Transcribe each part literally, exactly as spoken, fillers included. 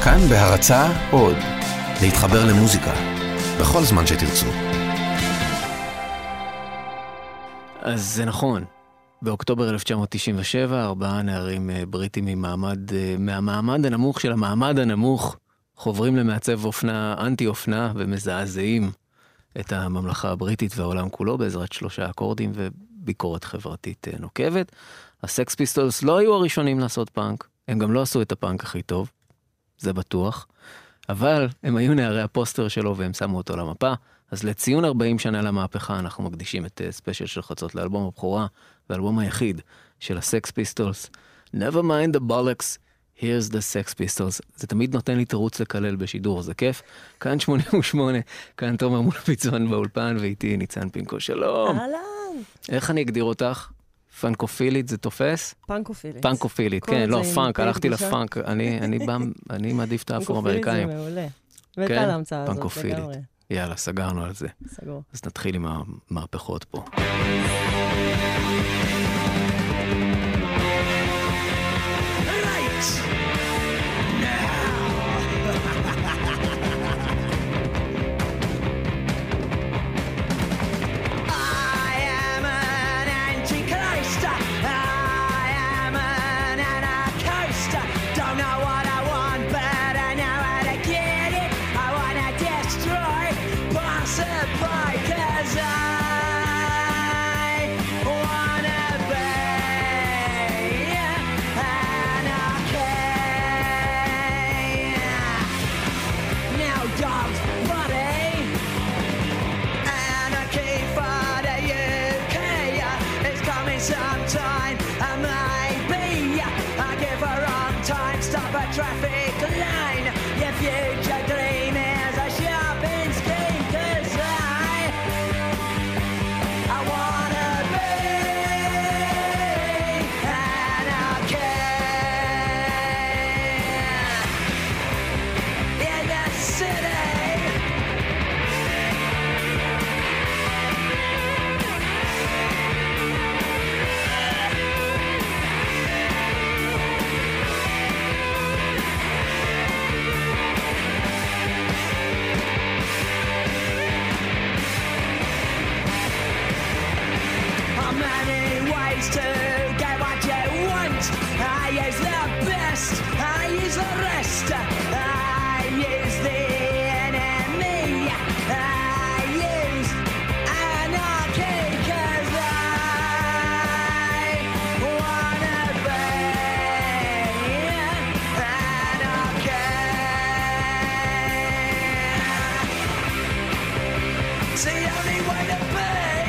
כאן בהרצאה עוד, להתחבר למוזיקה, בכל זמן שתרצו. אז זה נכון. באוקטובר אלף תשע מאות תשעים ושבע, ארבעה נערים בריטים ממעמד, מהמעמד הנמוך של המעמד הנמוך, חוברים למעצב אופנה, אנטי אופנה, ומזעזעים את הממלכה הבריטית והעולם כולו, בעזרת שלושה אקורדים וביקורת חברתית נוקבת. הסקס פיסטולס לא היו הראשונים לעשות פאנק, הם גם לא עשו את הפאנק הכי טוב, זה בטוח, אבל הם היו נערי הפוסטר שלו והם שמו אותו למפה, אז לציון ארבעים שנה למהפכה אנחנו מקדישים את ספיישל של חצות לאלבום הבכורה, והאלבום היחיד של הסקס פיסטולס, Never mind the bollocks, here's the sex pistols. זה תמיד נותן לי תירוץ לקלל בשידור, זה כיף. כאן שמונים ושמונה, כאן תומר מול הפיצון באולפן, ואיתי ניצן פינקו, שלום. אהלן. איך אני אגדיר אותך? פנקופילית זה תופס? פנקופילית. פנקופילית, כן, לא, פאנק, הלכתי לפאנק, אני מעדיף את האפרו-אמריקאים. פנקופילית זה מעולה. ואת ההמצאה הזאת לגמרי. יאללה, סגרנו על זה. סגור. אז נתחיל עם המהפכות פה. Traffic line, your future dream is a shopping scheme, 'cause I, I wanna be anarchy in the city. To get what you want, I use the best, I use the rest, I use the enemy, I use anarchy, 'cause I wanna be anarchy. It's the only way to be.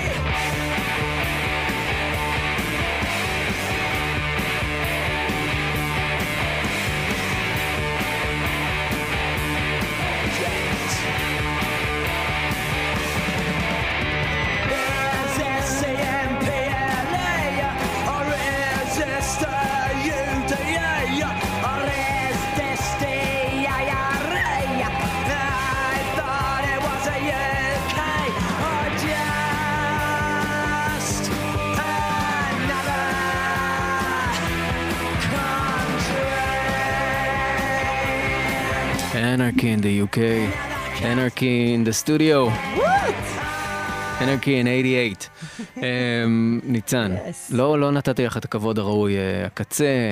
Anarchy in the U K, Anarchy in the studio. What? Anarchy in eighty-eight. ניצן, לא לא נתתי לך את הכבוד הראוי, הקצה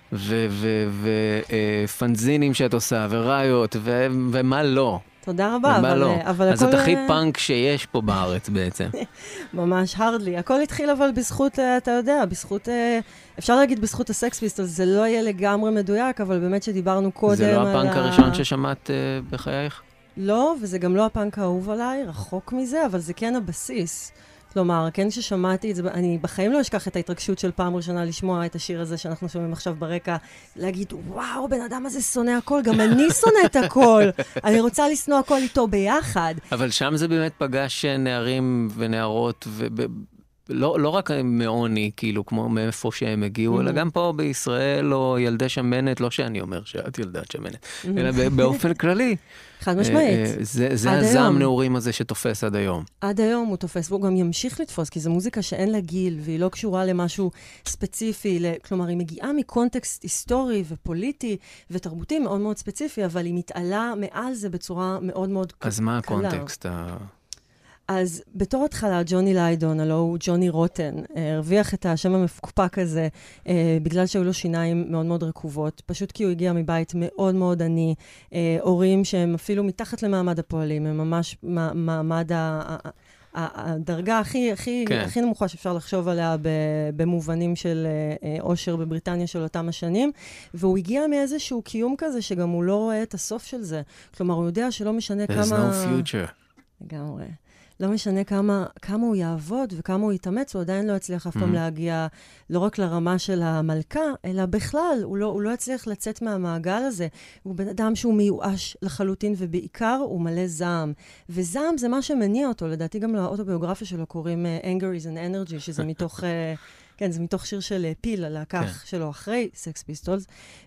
ופנזינים שאת עושה, וראיות, ומה לא. תודה רבה, אבל, אבל אז הכל... את הכי פאנק שיש פה בארץ בעצם. ממש הרדלי. הכל התחיל אבל בזכות, אתה יודע, בזכות, אפשר להגיד בזכות הסקס פיסטולס, זה לא יהיה לגמרי מדויק, אבל באמת שדיברנו קודם... זה לא הפאנק הראשון ששמעת בחייך? לא, וזה גם לא הפאנק האהוב עליי, רחוק מזה, אבל זה כן הבסיס. כלומר, כן ששמעתי את זה, אני בחיים לא אשכח את ההתרגשות של פעם ראשונה לשמוע את השיר הזה שאנחנו שומעים עכשיו ברקע, להגיד, וואו, בן אדם הזה שונא הכל, גם אני שונאת הכל, אני רוצה לשנוא הכל איתו ביחד. אבל שם זה באמת פגש נערים ונערות, לא, לא רק מעוני, כאילו, כמו מאיפה שהם הגיעו, אלא גם פה בישראל, או ילדי שמנת, לא שאני אומר שאת ילדת שמנת, אלא באופן כללי. חד משמעית. זה, זה הזעם נעורים הזה שתופס עד היום. עד היום הוא תופס, והוא גם ימשיך לתפוס, כי זו מוזיקה שאין לה גיל, והיא לא קשורה למשהו ספציפי, כלומר, היא מגיעה מקונטקסט היסטורי ופוליטי ותרבותי מאוד מאוד ספציפי, אבל היא מתעלה מעל זה בצורה מאוד מאוד קלה. אז מה הקונטקסט? אז בתור התחלה, ג'וני ליידון, הלוא הוא ג'וני רוטן, הרוויח את השם המפוקפק הזה, בגלל שהיו לו שיניים מאוד מאוד רקובות, פשוט כי הוא הגיע מבית מאוד מאוד עני, הורים שהם אפילו מתחת למעמד הפועלים, הם ממש מעמד הדרגה הכי, הכי, כן. הכי נמוכה שאפשר לחשוב עליה במובנים של עושר בבריטניה של אותם השנים, והוא הגיע מאיזשהו קיום כזה שגם הוא לא רואה את הסוף של זה. כלומר, הוא יודע שלא משנה There's כמה... There's no future. לגמרי. לא משנה כמה, כמה הוא יעבוד וכמה הוא יתאמץ, הוא עדיין לא יצליח אף פעם mm-hmm. להגיע לא רק לרמה של המלכה, אלא בכלל, הוא לא, הוא לא יצליח לצאת מהמעגל הזה. הוא בן אדם שהוא מיואש לחלוטין, ובעיקר הוא מלא זעם. וזעם זה מה שמניע אותו. לדעתי גם לאוטוביוגרפיה שלו קוראים uh, Anger is an Energy, שזה מתוך... Uh, כן, זה מתוך שיר של פיל, על הכך שלו אחרי סקס פיסטולס,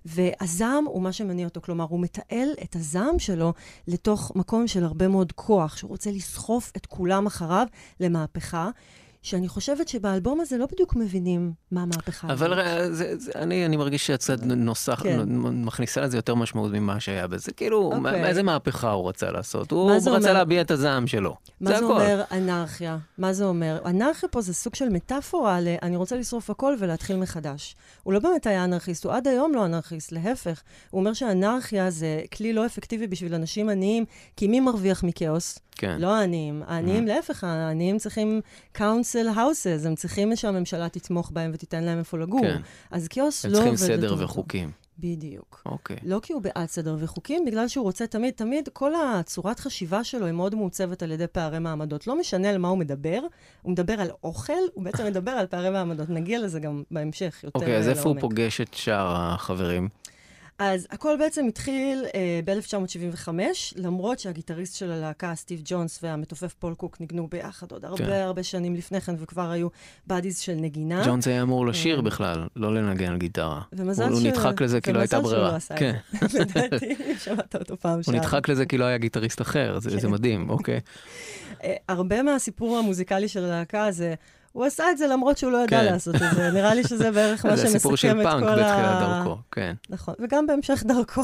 והזעם הוא מה שמניע אותו, כלומר, הוא מתעל את הזעם שלו לתוך מקום של הרבה מאוד כוח, שהוא רוצה לסחוף את כולם אחריו למהפכה, שאני חושבת שבאלבום הזה לא בדיוק מבינים מה המהפכה הזאת. אבל זה, זה, אני, אני מרגיש שהצד נוסח, כן. מכניסה לזה יותר משמעות ממה שהיה בזה. כאילו, okay. מה, איזה מהפכה הוא רצה לעשות? הוא רצה אומר... להביע את הזעם שלו. מה זה, זה אומר אנרכיה? מה זה אומר? אנרכיה פה זה סוג של מטאפורה ל... אני רוצה לשרוף הכל ולהתחיל מחדש. הוא לא באמת היה אנרכיסט, הוא עד היום לא אנרכיסט, להפך. הוא אומר שאנרכיה זה כלי לא אפקטיבי בשביל אנשים עניים, כי מי מרוויח מכאוס? כן. לא העניים. העניים, להפך, העניים צריכים council houses, הם צריכים שהממשלה תתמוך בהם ותיתן להם איפה לגור. כן. אז כאוס לא עובד לטובתו. הם צריכים סדר וחוקים. בדיוק. אוקיי. לא כי הוא בעד סדר וחוקים, בגלל שהוא רוצה תמיד, תמיד כל הצורת חשיבה שלו היא מאוד מעוצבת על ידי פערי מעמדות. לא משנה על מה הוא מדבר, הוא מדבר על אוכל, הוא בעצם מדבר על פערי מעמדות. נגיע לזה גם בהמשך יותר לעומק. אוקיי, אז איפה הוא פוגש את שאר החברים? אז הכל בעצם התחיל אה, ב-אלף תשע מאות שבעים וחמש, למרות שהגיטריסט של הלהקה, סטיב ג'ונס והמתופף פול קוק ניגנו ביחד עוד הרבה כן. הרבה שנים לפני כן, וכבר היו בדיז של נגינה. ג'ונס היה אמור לשיר אה... בכלל, לא לנגן על גיטרה. ומזל הוא, ש... הוא נדחק לזה כי לא הייתה ברירה. לא כן. לדעתי, שמעת אותו פעם שם. הוא נדחק לזה כי לא היה גיטריסט אחר, זה, זה מדהים, אוקיי. אה, הרבה מהסיפור המוזיקלי של הלהקה זה... הוא עשה את זה למרות שהוא לא ידע כן. לעשות את זה. נראה לי שזה בערך מה שמסכם את כל ה... זה סיפור של פאנק בתחילת דרכו, כן. נכון, וגם בהמשך דרכו.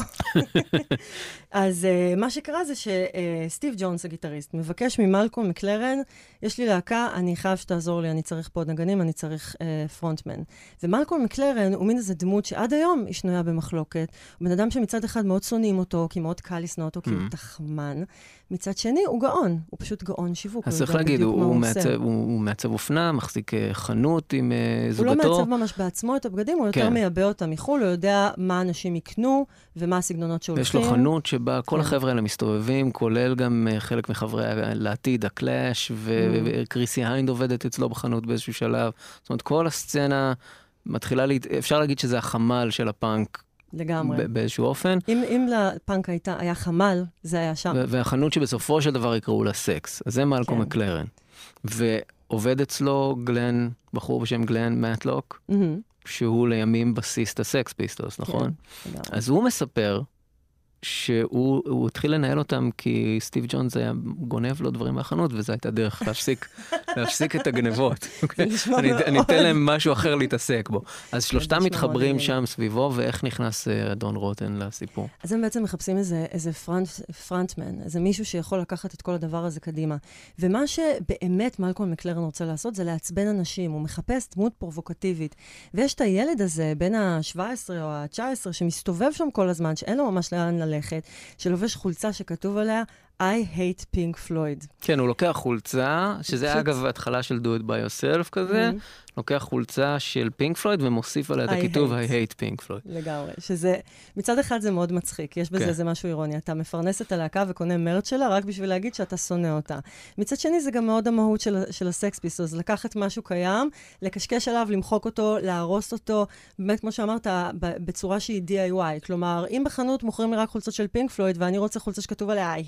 אז uh, מה שקרה זה שסטיב uh, ג'ונס, הגיטריסט, מבקש ממלקום מקלרן, יש לי להקה, אני חייב שתעזור לי, אני צריך פה עוד נגנים, אני צריך uh, פרונטמן. ומלקום מקלרן הוא מין איזה דמות שעד היום היא שנויה במחלוקת. הוא בן אדם שמצד אחד מאוד שונאים אותו, כי מאוד קל לשנוא אותו, כי הוא תחמן. מצד שני, הוא גאון. הוא פשוט גאון שיווק. אז צריך להגיד, הוא מעצב אופנה, מחזיק חנות עם זוגתו. הוא לא מעצב ממש בעצמו את הבגדים, הוא יותר מייבא אותם מחול, הוא יודע מה אנשים יקנו ומה הסגנונות שהולכים. יש לו חנות שבה כל החבר'ה האלה מסתובבים, כולל גם חלק מחברי לעתיד, הקלאש, וקריסי היינד עובדת אצלו בחנות באיזשהו שלב. זאת אומרת, כל הסצנה מתחילה, אפשר להגיד שזה החמ"ל של הפאנק, לגמרי. באיזשהו אופן. אם, אם לפאנק הייתה, היה חמ"ל, זה היה שם. והחנות שבסופו של דבר יקראו לה סקס. אז זה מלקום כן. מקלרן. ועובד אצלו גלן, בחור בשם גלן מטלוק, mm-hmm. שהוא לימים בסיסט הסקס פיסטולס, נכון? כן, אז הוא מספר שהוא התחיל לנהל אותם כי סטיב ג'ונס היה גונב לו דברים מהחנות, וזו הייתה דרך להפסיק, להפסיק את הגנבות. אני אתן להם משהו אחר להתעסק בו. אז שלושתם מתחברים שם סביבו, ואיך נכנס אדון רוטן לסיפור? אז הם בעצם מחפשים איזה פרנטמן, איזה מישהו שיכול לקחת את כל הדבר הזה קדימה. ומה שבאמת מלקום מקלרן רוצה לעשות, זה לעצבן אנשים. הוא מחפש דמות פרובוקטיבית. ויש את הילד הזה, בין ה-שבע עשרה או ה-תשע עשרה, שמסתובב שם כל הזמן, שאין לו ממש לאן ללכת, שלובש חולצה שכתוב עליה, I hate Pink Floyd. כן, הוא לוקח חולצה, שזה פשוט... אגב התחלה של Do It By Yourself כזה, mm-hmm. לוקח חולצה של פינק פלויד ומוסיף עליה את הכיתוב I hate Pink Floyd. לגמרי, שזה, מצד אחד זה מאוד מצחיק, יש בזה איזה משהו אירוני, אתה מפרנס את הלהקה וקונה מרץ שלה רק בשביל להגיד שאתה שונא אותה. מצד שני זה גם מאוד המהות של, של הסקס פיסטולס, לקחת משהו קיים, לקשקש עליו, למחוק אותו, להרוס אותו, באמת כמו שאמרת, בצורה שהיא די איי וואי, כלומר, אם בחנות מוכרים לי רק חולצות של פינק פלויד ואני רוצה חולצה שכתוב עליה I hate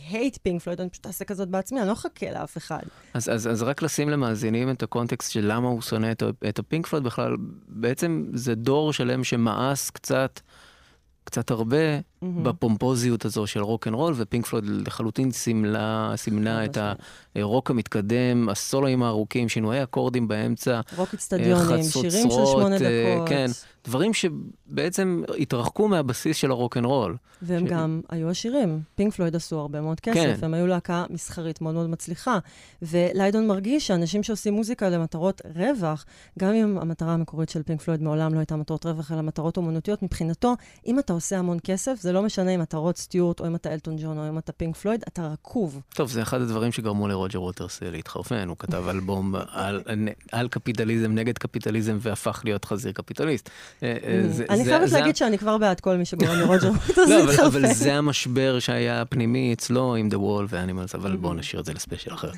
פינק פלויד, אני פשוט אעשה כזאת בעצמי, אני לא אחכה לאף אחד. אז, אז, אז רק לשים למאזינים את הקונטקסט של למה הוא שונא את, את הפינק פלויד בכלל, בעצם זה דור שלם שמאס קצת, קצת הרבה mm-hmm. בפומפוזיות הזו של רוק אנד רול, ופינק פלויד לחלוטין סימלה, סימנה את הרוק המתקדם, הסולואים הארוכים, שינויי אקורדים באמצע, רוק אצטדיונים, שירים של שמונה דקות. כן, דברים שבעצם התרחקו מהבסיס של הרוק אנד רול. והם ש... גם היו עשירים. פינק פלויד עשו הרבה מאוד כסף, כן. הם היו להקה מסחרית מאוד מאוד מצליחה. וליידון מרגיש שאנשים שעושים מוזיקה למטרות רווח, גם אם המטרה המקורית של פינק פלויד מעולם לא הייתה מטרות רווח, אלא מטרות אומנותיות, מבחינתו, אם אתה עושה המון כסף, זה לא משנה אם אתה רוד סטיורט, או אם אתה אלטון ג'ון, או אם אתה פינק פלויד, אתה רקוב. טוב, זה אחד הדברים שגרמו לרוג'ר ווטרס להתחרפן. הוא כתב אלבום על, על קפיטליזם, נגד קפיטליזם, והפך להיות חזיר קפיטליסט. אני חייבת להגיד שאני כבר בעד כל מי שגורם לרוג'ר ווטרס להתחרפן. אבל זה המשבר שהיה פנימי אצלו עם The Wall ואנימלס, אבל בואו נשאיר את זה לספיישל אחר.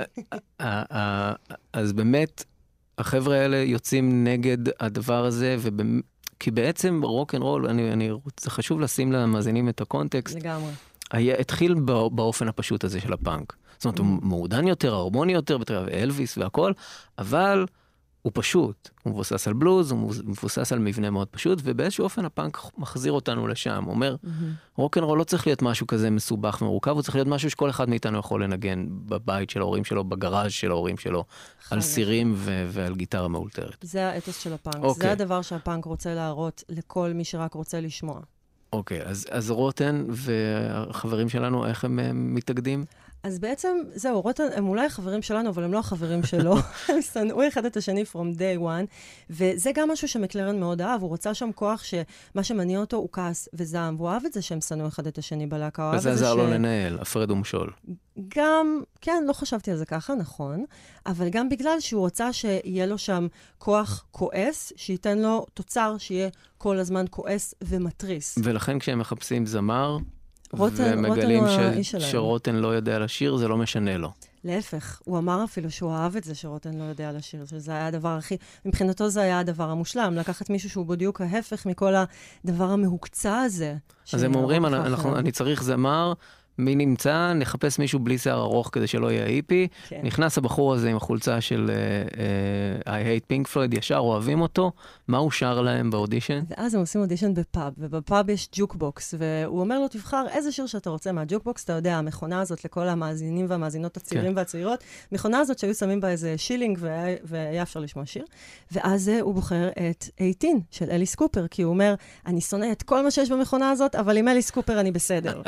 אז באמת, החבר'ה האלה יוצאים נגד הדבר הזה, כי בעצם רוק אנד רול, זה חשוב לשים למאזינים את הקונטקסט. לגמרי. התחיל באופן הפשוט הזה של הפאנק. זאת אומרת, הוא מעודן יותר, הרמוני יותר, אלוויס והכל, אבל הוא פשוט. הוא מבוסס על בלוז, הוא מבוסס על מבנה מאוד פשוט, ובאיזשהו אופן הפאנק מחזיר אותנו לשם. הוא אומר, רוק אנד רול לא צריך להיות משהו כזה מסובך ומורכב, הוא צריך להיות משהו שכל אחד מאיתנו יכול לנגן בבית של ההורים שלו, בגראז' של ההורים שלו, על סירים ועל גיטרה מאולתרת. זה האתוס של הפאנק. זה הדבר שהפאנק רוצה להראות לכל מי שרק רוצה לשמוע. אוקיי, אז רוטן והחברים שלנו, איך הם מתאגדים? אז בעצם, זהו, רוטן, הם אולי החברים שלנו, אבל הם לא החברים שלו. הם שנאו אחד את השני from day one, וזה גם משהו שמקלרן מאוד אהב. הוא רצה שם כוח שמה שמניע אותו הוא כעס וזעם, והוא אהב את זה שהם שנאו אחד את השני בלהקה. וזה עזר לו לנהל, הפרד ומשול. גם, כן, לא חשבתי על זה ככה, נכון, אבל גם בגלל שהוא רצה שיהיה לו שם כוח כועס, שייתן לו תוצר שיהיה כל הזמן כועס ומטריס. ולכן כשהם מחפשים זמר, רוטן, ומגלים רוטן ש... שרוטן לא יודע לשיר, זה לא משנה לו. להפך, הוא אמר אפילו שהוא אהב את זה שרוטן לא יודע לשיר, שזה היה הדבר הכי, מבחינתו זה היה הדבר המושלם, לקחת מישהו שהוא בדיוק ההפך מכל הדבר המהוקצע הזה. אז הם אומרים, אנחנו, אני צריך זמר, מי נמצא, נחפש מישהו בלי שיער ארוך כדי שלא יהיה איפי, כן. נכנס הבחור הזה עם החולצה של uh, uh, I hate Pink Floyd, ישר אוהבים אותו, מה הוא שר להם באודישן? ואז הם עושים אודישן בפאב, ובפאב יש ג'וקבוקס, והוא אומר לו, תבחר איזה שיר שאתה רוצה מהג'וקבוקס, אתה יודע, המכונה הזאת לכל המאזינים והמאזינות הצעירים כן. והצעירות, מכונה הזאת שהיו שמים בה איזה שילינג, והיה, והיה אפשר לשמוע שיר, ואז הוא בוחר את שמונה עשרה של אליס קופר, כי הוא אומר, אני שונא את כל מה שיש במכונה הזאת, אבל עם אליס קופר אני בסדר.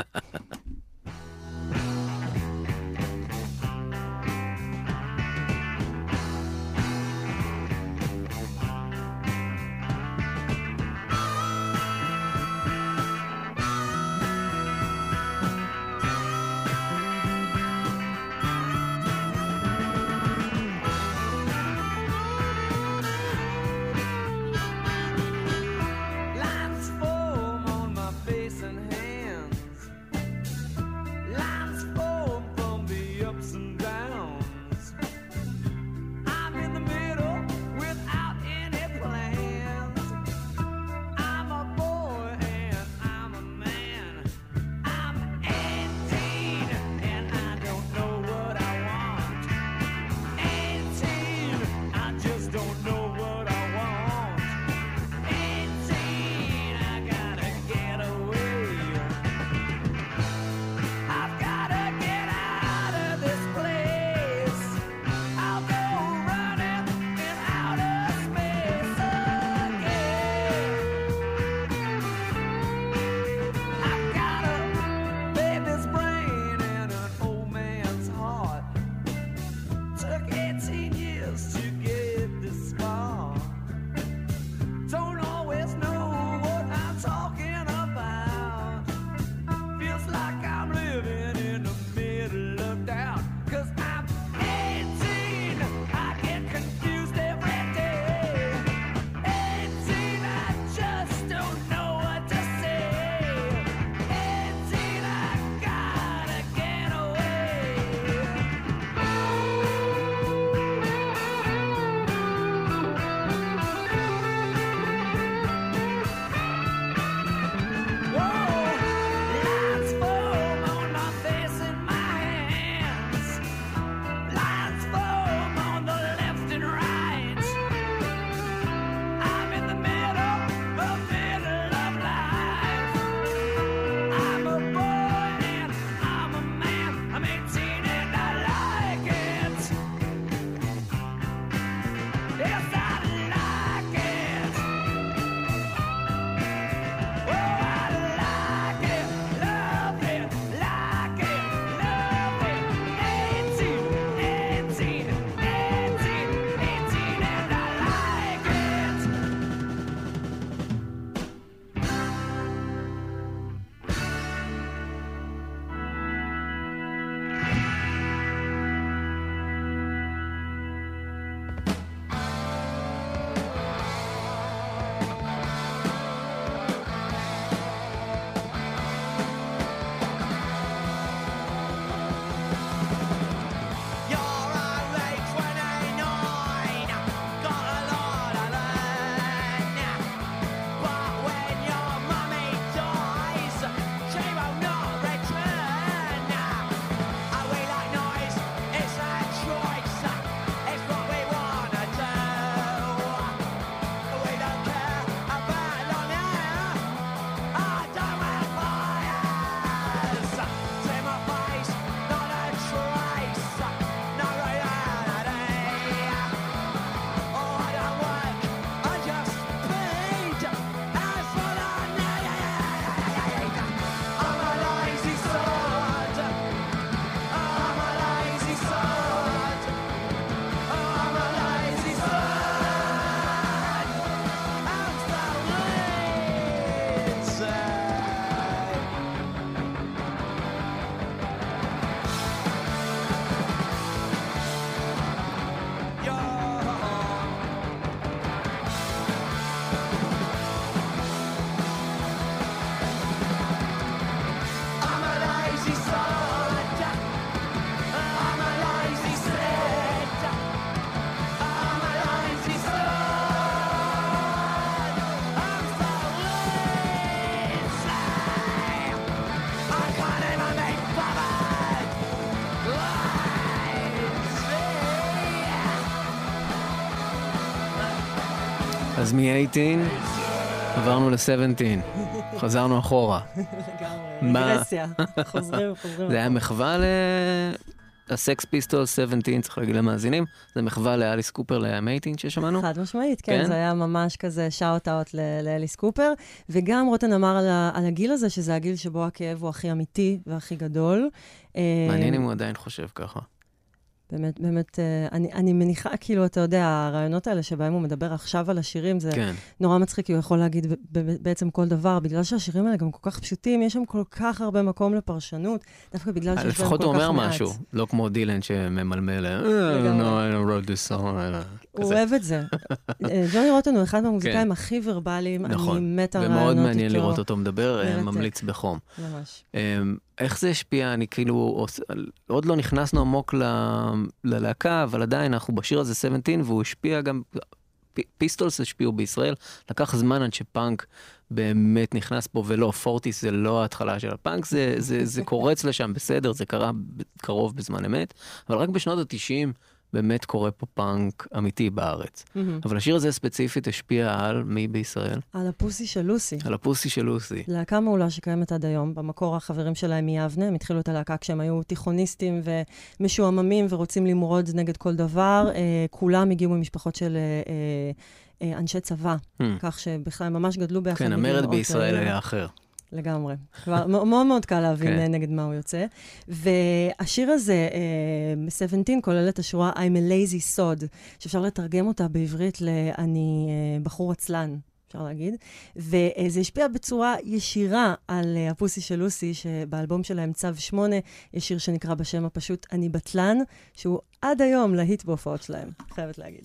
אז מ-שמונה עשרה עברנו ל-שבע עשרה, חזרנו אחורה. לגמרי, מה- רגרסיה. חוזרים, חוזרים. זה היה מחווה ל... הסקס פיסטול שבע עשרה, צריך להגיד למאזינים, זה מחווה לאליס קופר ל-שמונה עשרה ששמענו. חד משמעית, כן, כן? זה היה ממש כזה שאוט-אוט לאליס קופר, וגם רוטן אמר על ה- על הגיל הזה, שזה הגיל שבו הכאב הוא הכי אמיתי והכי גדול. מעניין אה, אם הוא עדיין חושב ככה. באמת, באמת, אה, אני, אני מניחה, כאילו, אתה יודע, הרעיונות האלה שבהם הוא מדבר עכשיו על השירים, זה כן. נורא מצחיק, כי הוא יכול להגיד ב- ב- בעצם כל דבר, בגלל שהשירים האלה גם כל כך פשוטים, יש שם כל כך הרבה מקום לפרשנות, דווקא בגלל שיש בהם כל כך מעט. לפחות הוא אומר משהו, לא כמו דילן שממלמל, I don't know, I wrote this song, הוא כזה. אוהב את זה. אה, ג'וני רוטן הוא אחד כן. מהמוזיקאים הכי ורבליים, נכון, אני מתה על רעיונות ומאוד איתו. מעניין לראות אותו מדבר, אה, מרתק. ממליץ בחום. ממש. אמ, איך זה השפיע? אני כאילו, עוש- עוד לא נכנסנו עמוק ל- ללהקה, אבל עדיין אנחנו בשיר הזה שבע עשרה, והוא השפיע גם, פ- פיסטולס השפיעו בישראל, לקח זמן עד שפאנק באמת נכנס פה, ולא, פורטיס זה לא ההתחלה של הפאנק, זה, זה, זה קורץ לשם, בסדר, זה קרה ב- קרוב בזמן אמת, אבל רק בשנות ה-תשעים באמת קורה פה פאנק אמיתי בארץ. מהמם. אבל השיר הזה ספציפית השפיע על מי בישראל? על הפוסי של לוסי. על הפוסי של לוסי. להקה מעולה שקיימת עד היום. במקור החברים שלהם מיבנה, הם התחילו את הלהקה כשהם היו תיכוניסטים ומשועממים ורוצים למרוד נגד כל דבר. אה, כולם הגיעו ממשפחות של אה, אה, אה, אנשי צבא, Hmm. כך שבכלל הם ממש גדלו ביחד. כן, בגיל המרד מאוד בישראל צעיר. היה אחר. לגמרי. כבר מ- מאוד מאוד קל להבין כן. אה, נגד מה הוא יוצא. והשיר הזה, אה, שבע עשרה, כולל את השורה I'm a lazy sod, שאפשר לתרגם אותה בעברית ל"אני אה, בחור עצלן", אפשר להגיד. וזה השפיע בצורה ישירה על אה, הפוסי של לוסי, שבאלבום שלהם צו שמונה, יש שיר שנקרא בשם הפשוט "אני בטלן", שהוא עד היום להיט בהופעות שלהם, חייבת להגיד.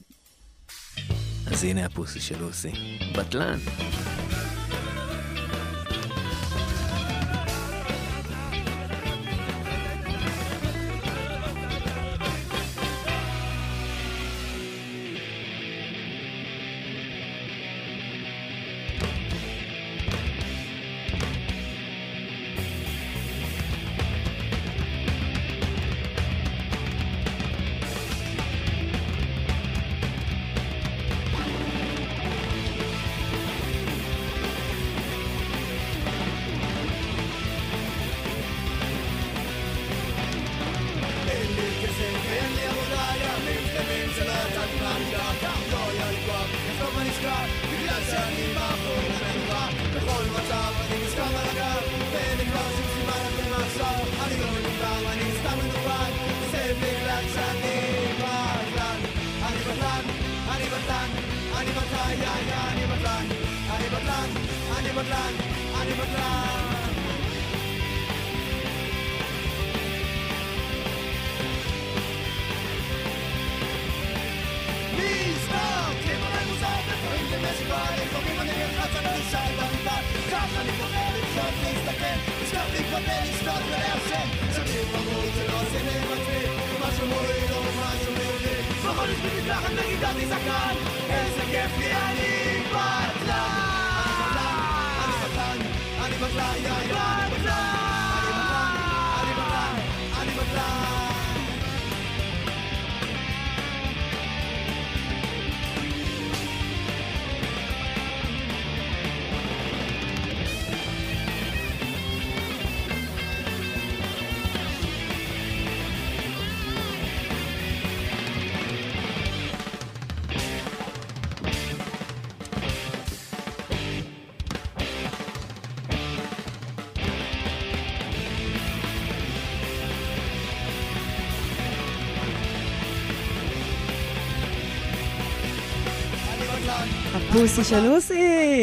אז הנה הפוסי של לוסי. בטלן. הפוסי של לוסי!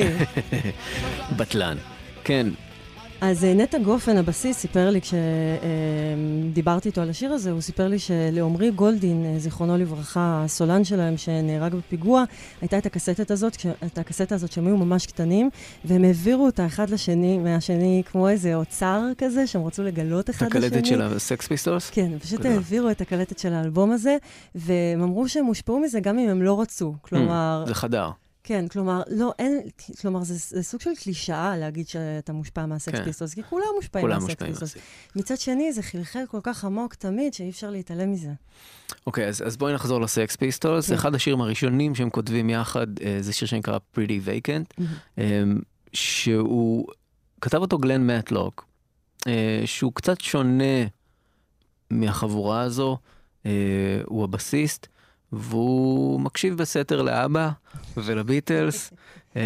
בטלן. כן, אז אה, נטע גופן, הבסיס, סיפר לי, כשדיברתי איתו על השיר הזה, הוא סיפר לי שלעומרי גולדין, אה, זיכרונו לברכה, הסולן שלהם שנהרג בפיגוע, הייתה את הקסטת הזאת, כש- את הקסטה הזאת שהם היו ממש קטנים, והם העבירו אותה אחד לשני, מהשני, כמו איזה אוצר כזה, שהם רצו לגלות אחד לשני. הקלטת של הסקס פיסטולס? כן, פשוט גדול. העבירו את הקלטת של האלבום הזה, והם אמרו שהם הושפעו מזה גם אם הם לא רצו. כלומר, זה חדר. כן, כלומר, לא, אין, כלומר, זה, זה סוג של קלישאה להגיד שאתה מושפע מהסקס כן. פיסטולס, כי כולם מושפעים כולם מהסקס מושפעים פיסטולס. מהסקס. מצד שני, זה חלחל כל כך עמוק תמיד, שאי אפשר להתעלם מזה. אוקיי, אז, אז בואי נחזור לסקס פיסטולס. כן. אחד השירים הראשונים שהם כותבים יחד, אה, זה שיר שנקרא Pretty Vacant, אה, שהוא, כתב אותו גלן מטלוק, אה, שהוא קצת שונה מהחבורה הזו, אה, הוא הבסיסט, והוא מקשיב בסתר לאבא ולביטלס, אה,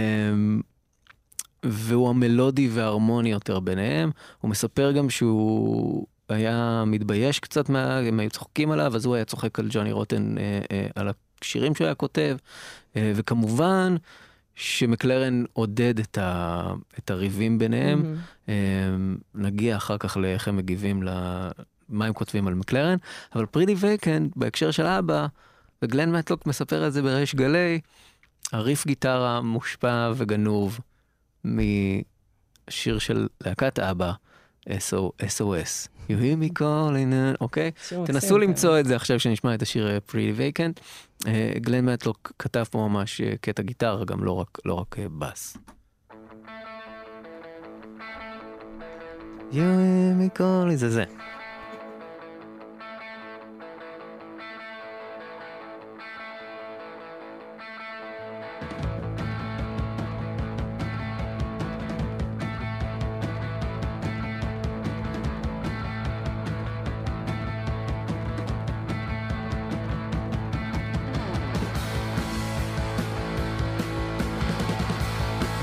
והוא המלודי וההרמוני יותר ביניהם. הוא מספר גם שהוא היה מתבייש קצת, מה, הם היו צוחקים עליו, אז הוא היה צוחק על ג'וני רוטן, אה, אה, על השירים שהוא היה כותב, אה, וכמובן שמקלרן עודד את, ה, את הריבים ביניהם. Mm-hmm. אה, נגיע אחר כך לאיך הם מגיבים, למה הם כותבים על מקלרן, אבל פריטי וייקנד, בהקשר של אבא, וגלן מטלוק מספר את זה בריש גלי, הריף גיטרה מושפע וגנוב משיר של להקת אבא, אס או אס. You hear me calling, אוקיי? תנסו למצוא את זה עכשיו שנשמע את השיר Pretty Vacant. גלן מטלוק כתב פה ממש קטע גיטרה, גם לא רק, לא רק בס. You hear me calling, זה זה.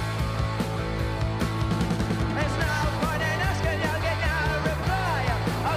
There's no point in asking, you'll get no reply.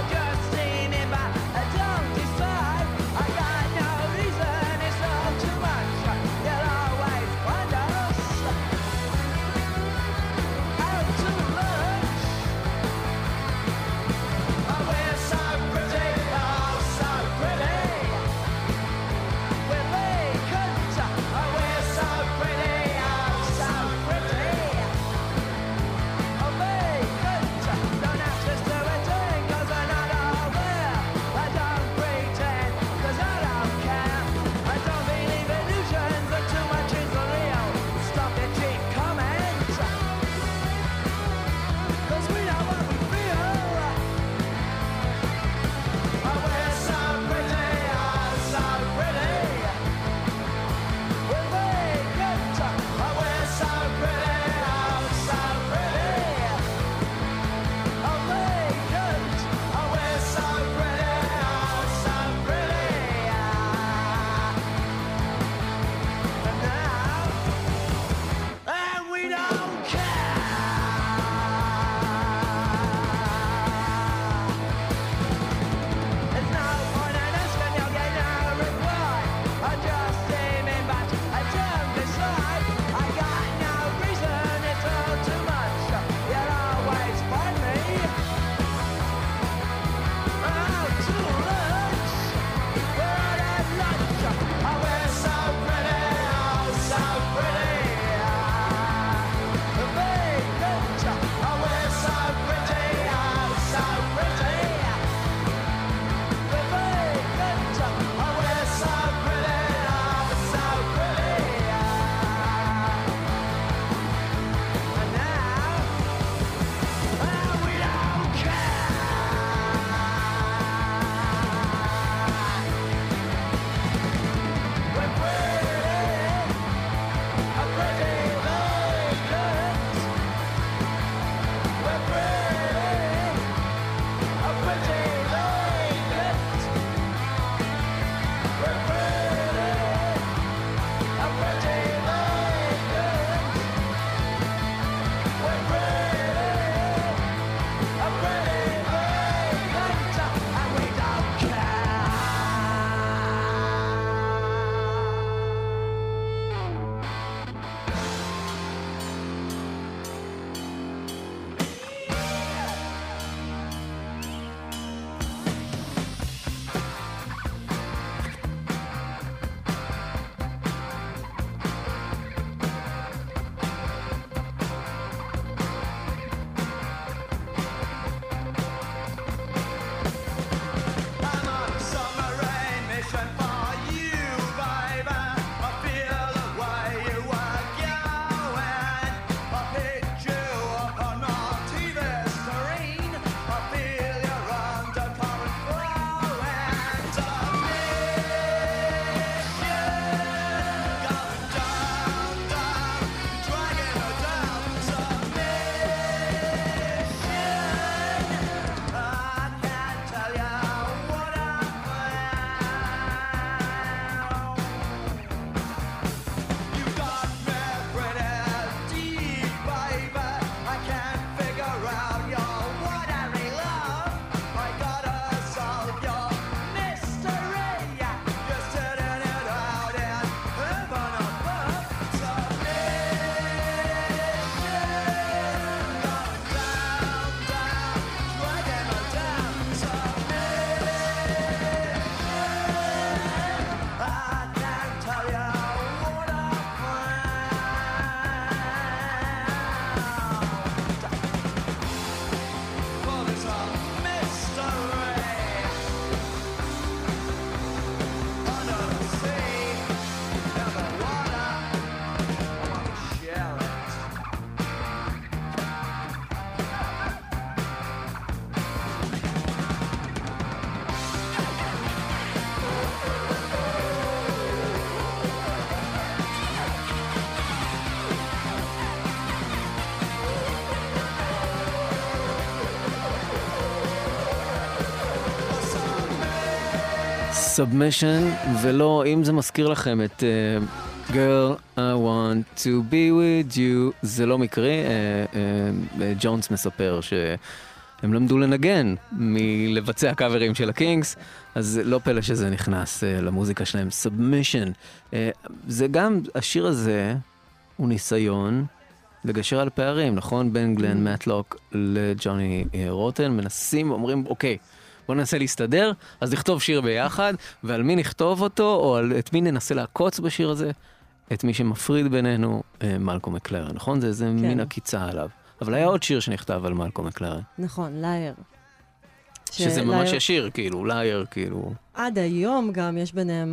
Submission, ולא, אם זה מזכיר לכם את uh, Girl, I want to be with you, זה לא מקרי. uh, uh, uh, ג'ונס מספר שהם למדו לנגן מלבצע קאברים של הקינגס, אז לא פלא שזה נכנס uh, למוזיקה שלהם. Submission, uh, זה גם, השיר הזה הוא ניסיון לגשר על פערים, נכון? בין גלן מטלוק לג'וני רוטן, מנסים, אומרים, אוקיי, בוא ננסה להסתדר, אז נכתוב שיר ביחד, ועל מי נכתוב אותו, או על את מי ננסה לעקוץ בשיר הזה? את מי שמפריד בינינו, מלקום מקלרן, נכון? זה איזה כן. מין עקיצה עליו. אבל היה עוד שיר שנכתב על מלקום מקלרן. נכון, לייר. שזה ממש ישיר, כאילו, לייר, כאילו. עד היום גם יש ביניהם,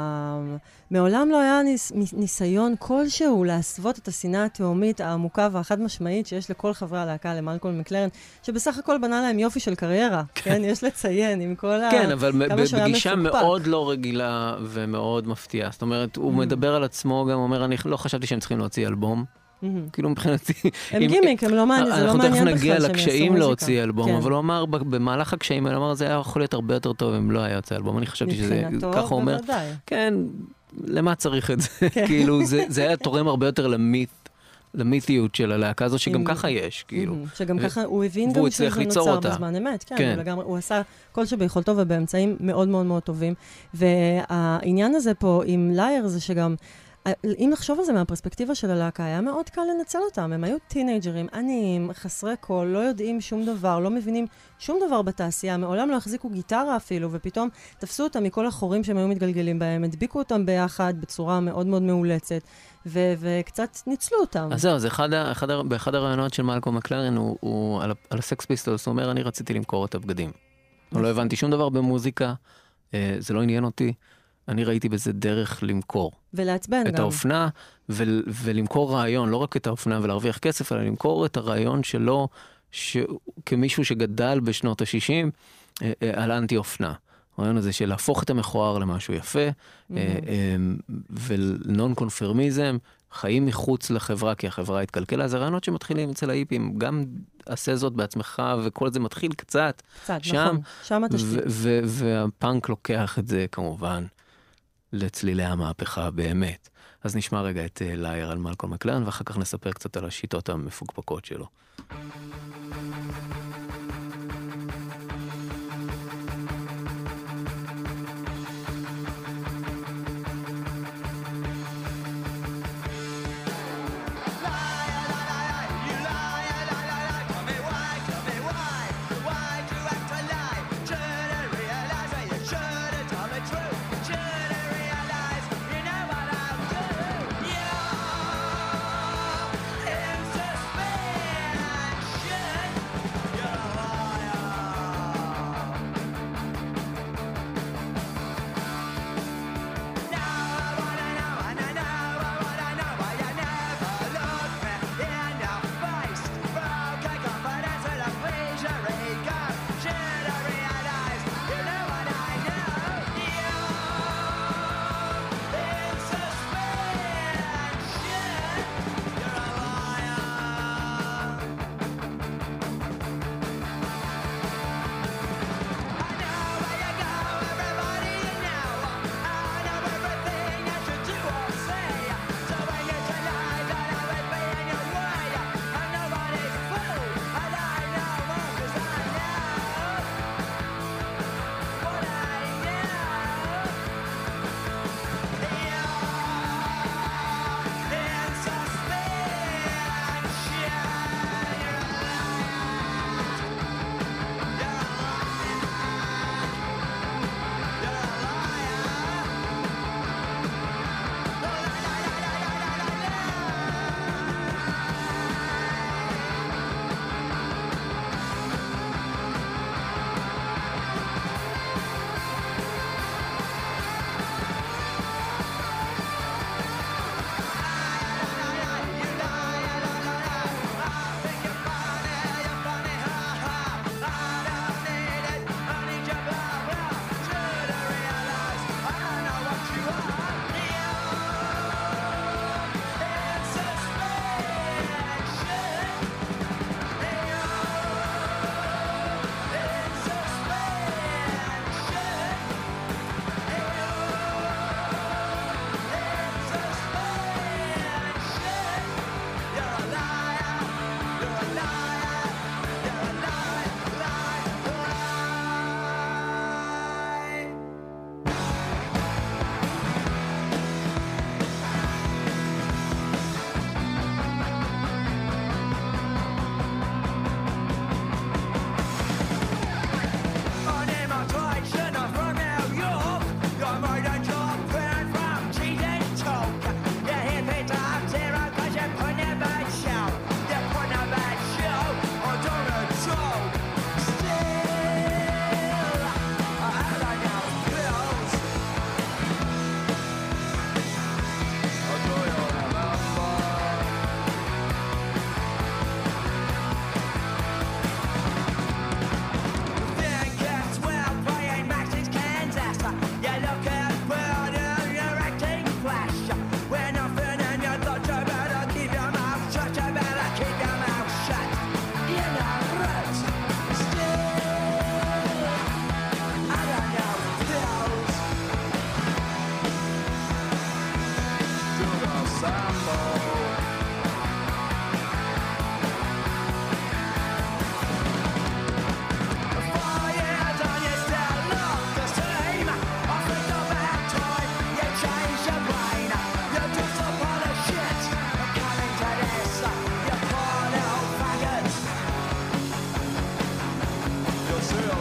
מעולם לא היה ניסיון כלשהו להסוות את השנאה התאומית העמוקה והחד משמעית שיש לכל חברי הלהקה למלקום מקלרן, שבסך הכל בנה להם יופי של קריירה, כן? יש לציין עם כל ה... כן, אבל בגישה מאוד לא רגילה ומאוד מפתיעה. זאת אומרת, הוא מדבר על עצמו גם, אומר, אני לא חשבתי שהם צריכים להוציא אלבום. כאילו מבחינתי... הם גימיק, הם לא מעניין, זה לא מעניין בכלל שהם יעשו מוזיקה. אנחנו תכף נגיע לקשיים להוציא אלבום, אבל הוא אמר, במהלך הקשיים האלה, הוא אמר, זה היה יכול להיות הרבה יותר טוב אם לא היה יוצא אלבום. אני חשבתי שזה ככה הוא אומר. כן, למה צריך את זה? כאילו, זה היה תורם הרבה יותר למית' למיתיות של הלהקה הזו, שגם ככה יש, כאילו. שגם ככה הוא הבין גם שזה נוצר בזמן אמת, כן, הוא עשה כל שביכולתו ובאמצעים מאוד מאוד מאוד טובים. והעניין הזה פה עם לייר זה שגם אם נחשוב על זה מהפרספקטיבה של הלהקה, היה מאוד קל לנצל אותם. הם היו טינג'רים, עניים, חסרי קול, לא יודעים שום דבר, לא מבינים שום דבר בתעשייה, מעולם לא החזיקו גיטרה אפילו, ופתאום תפסו אותם מכל החורים שהם היו מתגלגלים בהם, הדביקו אותם ביחד בצורה מאוד מאוד מאולצת, ו- וקצת ניצלו אותם. אז זהו, זה אחד, אחד, באחד הרעיונות של מלקום מקלרן, הוא, הוא על, על הסקס פיסטולס, הוא אומר, אני רציתי למכור את הבגדים. לא הבנתי שום דבר במוזיקה, זה לא עניין אותי. אני ראיתי בזה דרך למכור. ולעצבן גם. את האופנה, ו- ולמכור רעיון, לא רק את האופנה ולהרוויח כסף, אלא למכור את הרעיון שלו, ש- כמישהו שגדל בשנות ה-שישים, אה, אה, על אנטי אופנה. הרעיון הזה של להפוך את המכוער למשהו יפה, mm-hmm. אה, אה, ונון קונפרמיזם, חיים מחוץ לחברה, כי החברה התקלקלה, זה רעיונות שמתחילים אצל האיפים, גם עשה זאת בעצמך, וכל זה מתחיל קצת, קצת, שם, נכון, שם התשתית. ו- ו- והפאנק לוקח את זה כמובן, לצלילי המהפכה באמת. אז נשמע רגע את uh, לייר על מלקום מקלרן, ואחר כך נספר קצת על השיטות המפוקפקות שלו. You're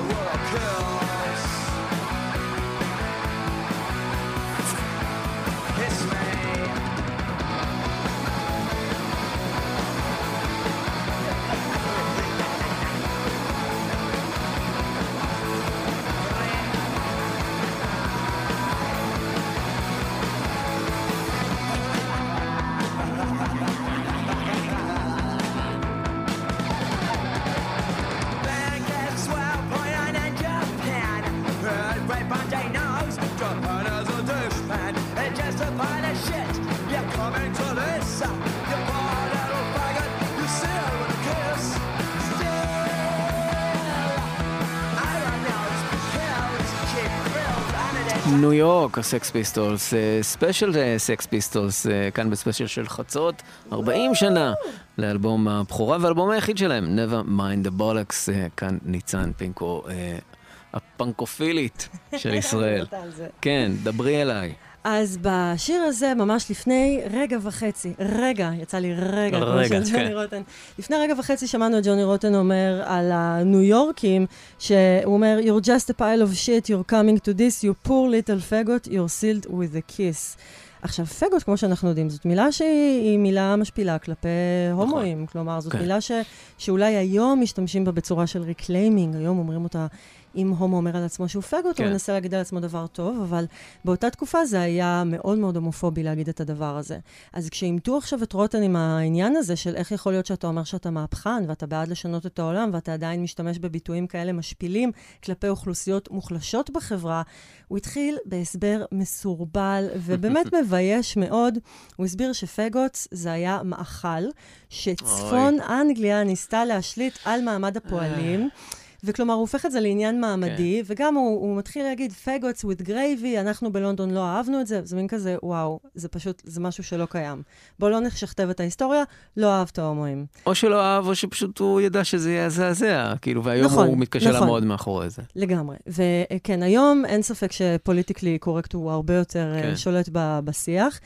world kills. Kiss me. ניו יורק, הסקס פיסטולס, ספיישל סקס פיסטולס, כאן בספיישל של חצות, ארבעים שנה לאלבום הבכורה והאלבום היחיד שלהם, Never Mind the Bollocks, כאן ניצן פינקו, הפנקופילית של ישראל. כן, דברי אליי. אז בשיר הזה, ממש לפני רגע וחצי, רגע, יצא לי רגע, רגע, כמו של ג'וני רוטן. לפני רגע וחצי שמענו את ג'וני רוטן אומר על הניו יורקים, שהוא אומר, You're just a pile of shit, you're coming to this, you poor little faggot, you're sealed with a kiss. עכשיו, פגות, כמו שאנחנו יודעים, זאת מילה שהיא מילה משפילה כלפי הומואים. כלומר, זאת מילה ש, שאולי היום משתמשים בה בצורה של ריקליימינג, היום אומרים אותה, אם הומו אומר על עצמו שהוא פגות, הוא מנסה להגיד על עצמו דבר טוב, אבל באותה תקופה זה היה מאוד מאוד הומופובי להגיד את הדבר הזה. אז כשאימתו עכשיו את רוטן עם העניין הזה של איך יכול להיות שאתה אומר שאתה מהפכן, ואתה בעד לשנות את העולם, ואתה עדיין משתמש בביטויים כאלה משפילים כלפי אוכלוסיות מוחלשות בחברה, הוא התחיל בהסבר מסורבל ובאמת מבייש מאוד. הוא הסביר שפגות זה היה מאכל שצפון אנגליה ניסתה להשליט על מעמד הפועלים, וכלומר, הוא הופך את זה לעניין מעמדי, וגם הוא, הוא מתחיל להגיד, פגוטס with gravy, אנחנו בלונדון לא אהבנו את זה, זה מין כזה, וואו, זה פשוט, זה משהו שלא קיים. בוא לא נשכתב את ההיסטוריה, לא אהב את ההומואים. או שלא אהב, או שפשוט הוא ידע שזה יהיה זעזע, כאילו, והיום נכון, הוא מתקשה נכון. לעמוד מאחורי זה. לגמרי. וכן, היום אין ספק שפוליטיקלי קורקט הוא הרבה יותר כן. שולט ב, בשיח,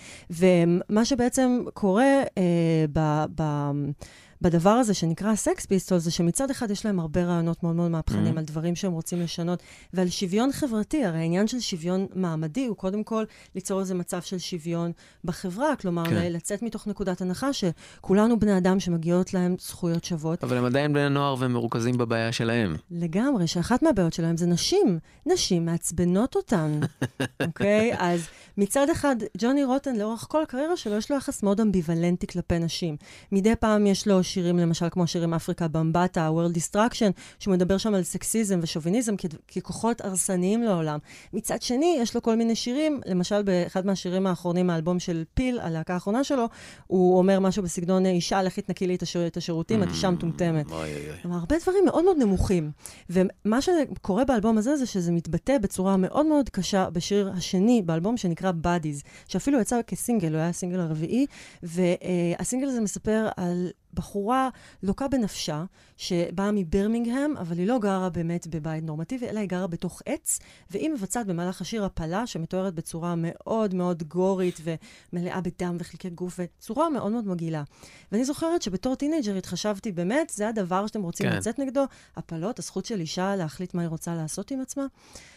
ומה שבעצם קורה אה, ב... ב בדבר הזה שנקרא סקס פיסטול, זה שמצד אחד יש להם הרבה רעיונות מאוד מאוד מהפכנים, mm-hmm. על דברים שהם רוצים לשנות, ועל שוויון חברתי. הרי העניין של שוויון מעמדי הוא קודם כל ליצור איזה מצב של שוויון בחברה, כלומר, כן. לצאת מתוך נקודת הנחה שכולנו בני אדם שמגיעות להם זכויות שוות. אבל הם עדיין בני נוער והם מרוכזים בבעיה שלהם. לגמרי, שאחת מהבעיות שלהם זה נשים. נשים מעצבנות אותן. אוקיי? okay? אז מצד אחד, ג'וני רוטן, לאורך כל הקריירה שלו, יש לו יחס מאוד אמביוולנטי כלפי נשים. מדי פעם יש לו שירים, למשל כמו שירים אפריקה במבטה, World Destruction, שמדבר שם על סקסיזם ושוביניזם כ- ככוחות הרסניים לעולם. מצד שני, יש לו כל מיני שירים, למשל באחד מהשירים האחרונים מהאלבום של פיל, הלהקה האחרונה שלו, הוא אומר משהו בסגנון, אישה, לכי תנקי לי את, השיר, את השירותים, את אישה מטומטמת. כלומר, הרבה דברים מאוד מאוד נמוכים. ומה שקורה באלבום הזה, זה שזה מתבטא בצורה מאוד מאוד קשה בשיר השני, באלבום שנקרא Bodies, שאפילו יצא כסינגל, הוא היה הסינגל הרביעי, והסינגל הזה מספר על בחורה לוקה בנפשה, שבאה מברמינגהם, אבל היא לא גרה באמת בבית נורמטיבי, אלא היא גרה בתוך עץ, והיא מבצעת במהלך השיר הפלה, שמתוארת בצורה מאוד מאוד גורית, ומלאה בדם וחלקי גוף, וצורה מאוד מאוד מגעילה. ואני זוכרת שבתור טינג'ר התחשבתי באמת, זה הדבר שאתם רוצים כן. לצאת נגדו, הפלות, הזכות של אישה להחליט מה היא רוצה לעשות עם עצמה.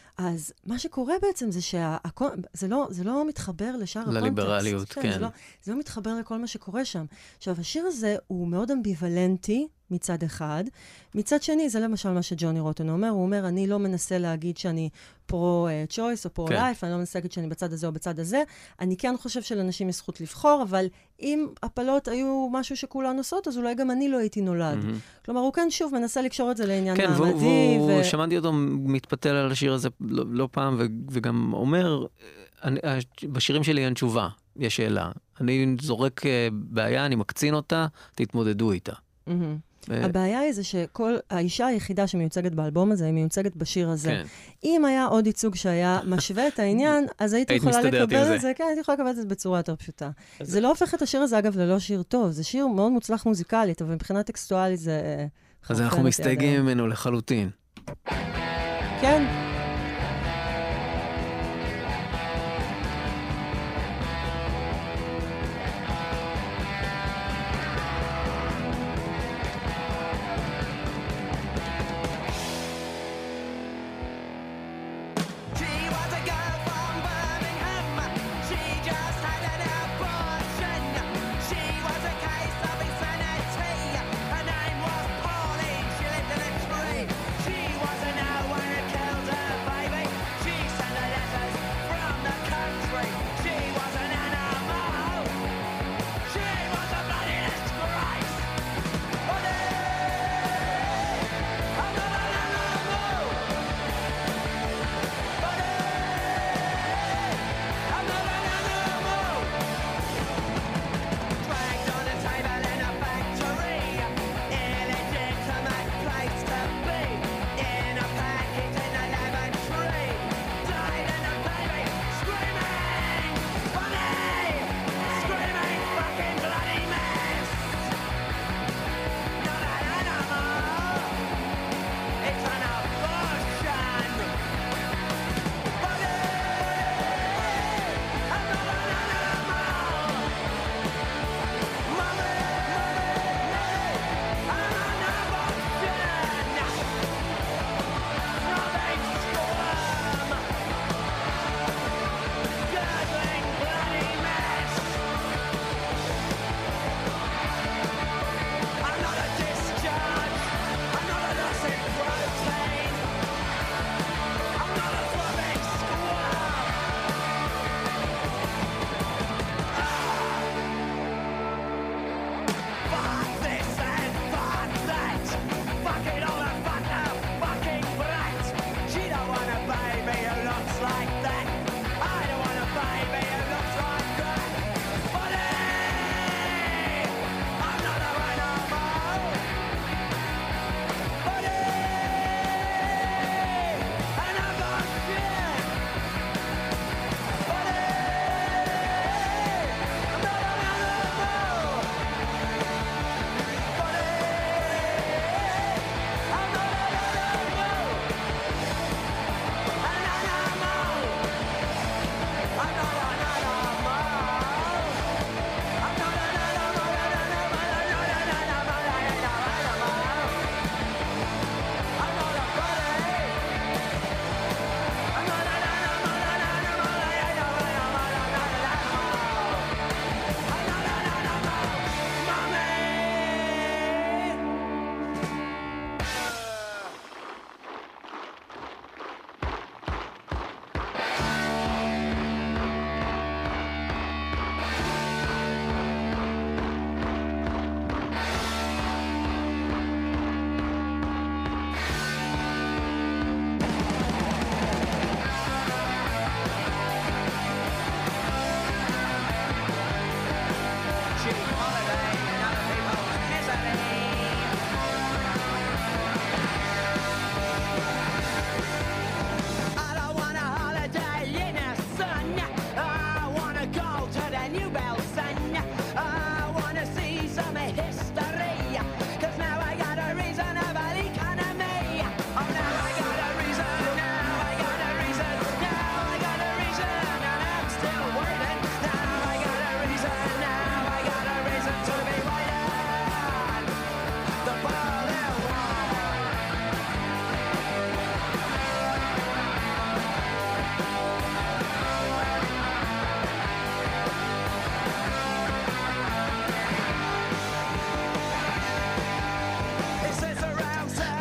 אז מה שקורה בעצם זה שזה לא, זה לא מתחבר לשאר הקונטקסט. לליברליות, כן. כן. זה, לא, זה לא מתחבר לכל מה שקורה שם. עכשיו, השיר הזה הוא מאוד אמביוולנטי מצד אחד. מצד שני, זה למשל מה שג'וני רוטן אומר. הוא אומר, אני לא מנסה להגיד שאני פרו-צ'ויס או פרו-לייף, אני לא מנסה להגיד שאני בצד הזה או בצד הזה. אני כן חושב שלאנשים יש זכות לבחור, אבל אם הפלות היו משהו שכולן עושות, אז אולי גם אני לא הייתי נולד. Mm-hmm. כלומר, הוא כן שוב מנסה לקשור את זה לעניין כן, מעמדי. כן, ו... ושמעתי אותו מתפתל על השיר הזה לא, לא פעם, ו- וגם אומר, אני, בשירים שלי אין תשובה, יש שאלה. אני זורק בעיה, אני מקצין אותה, תתמודדו איתה. Mm-hmm. הבעיה היא זה שכל האישה היחידה שמיוצגת באלבום הזה, היא מיוצגת בשיר הזה. כן. אם היה עוד ייצוג שהיה משווה את העניין, אז הייתי יכולה לקבל את זה, כן, הייתי יכולה לקבל את זה בצורה יותר פשוטה. זה לא הופך את השיר הזה, אגב, ללא שיר טוב. זה שיר מאוד מוצלח מוזיקלית, אבל מבחינה טקסטואלית זה... אז אנחנו מסתייגים ממנו לחלוטין. כן.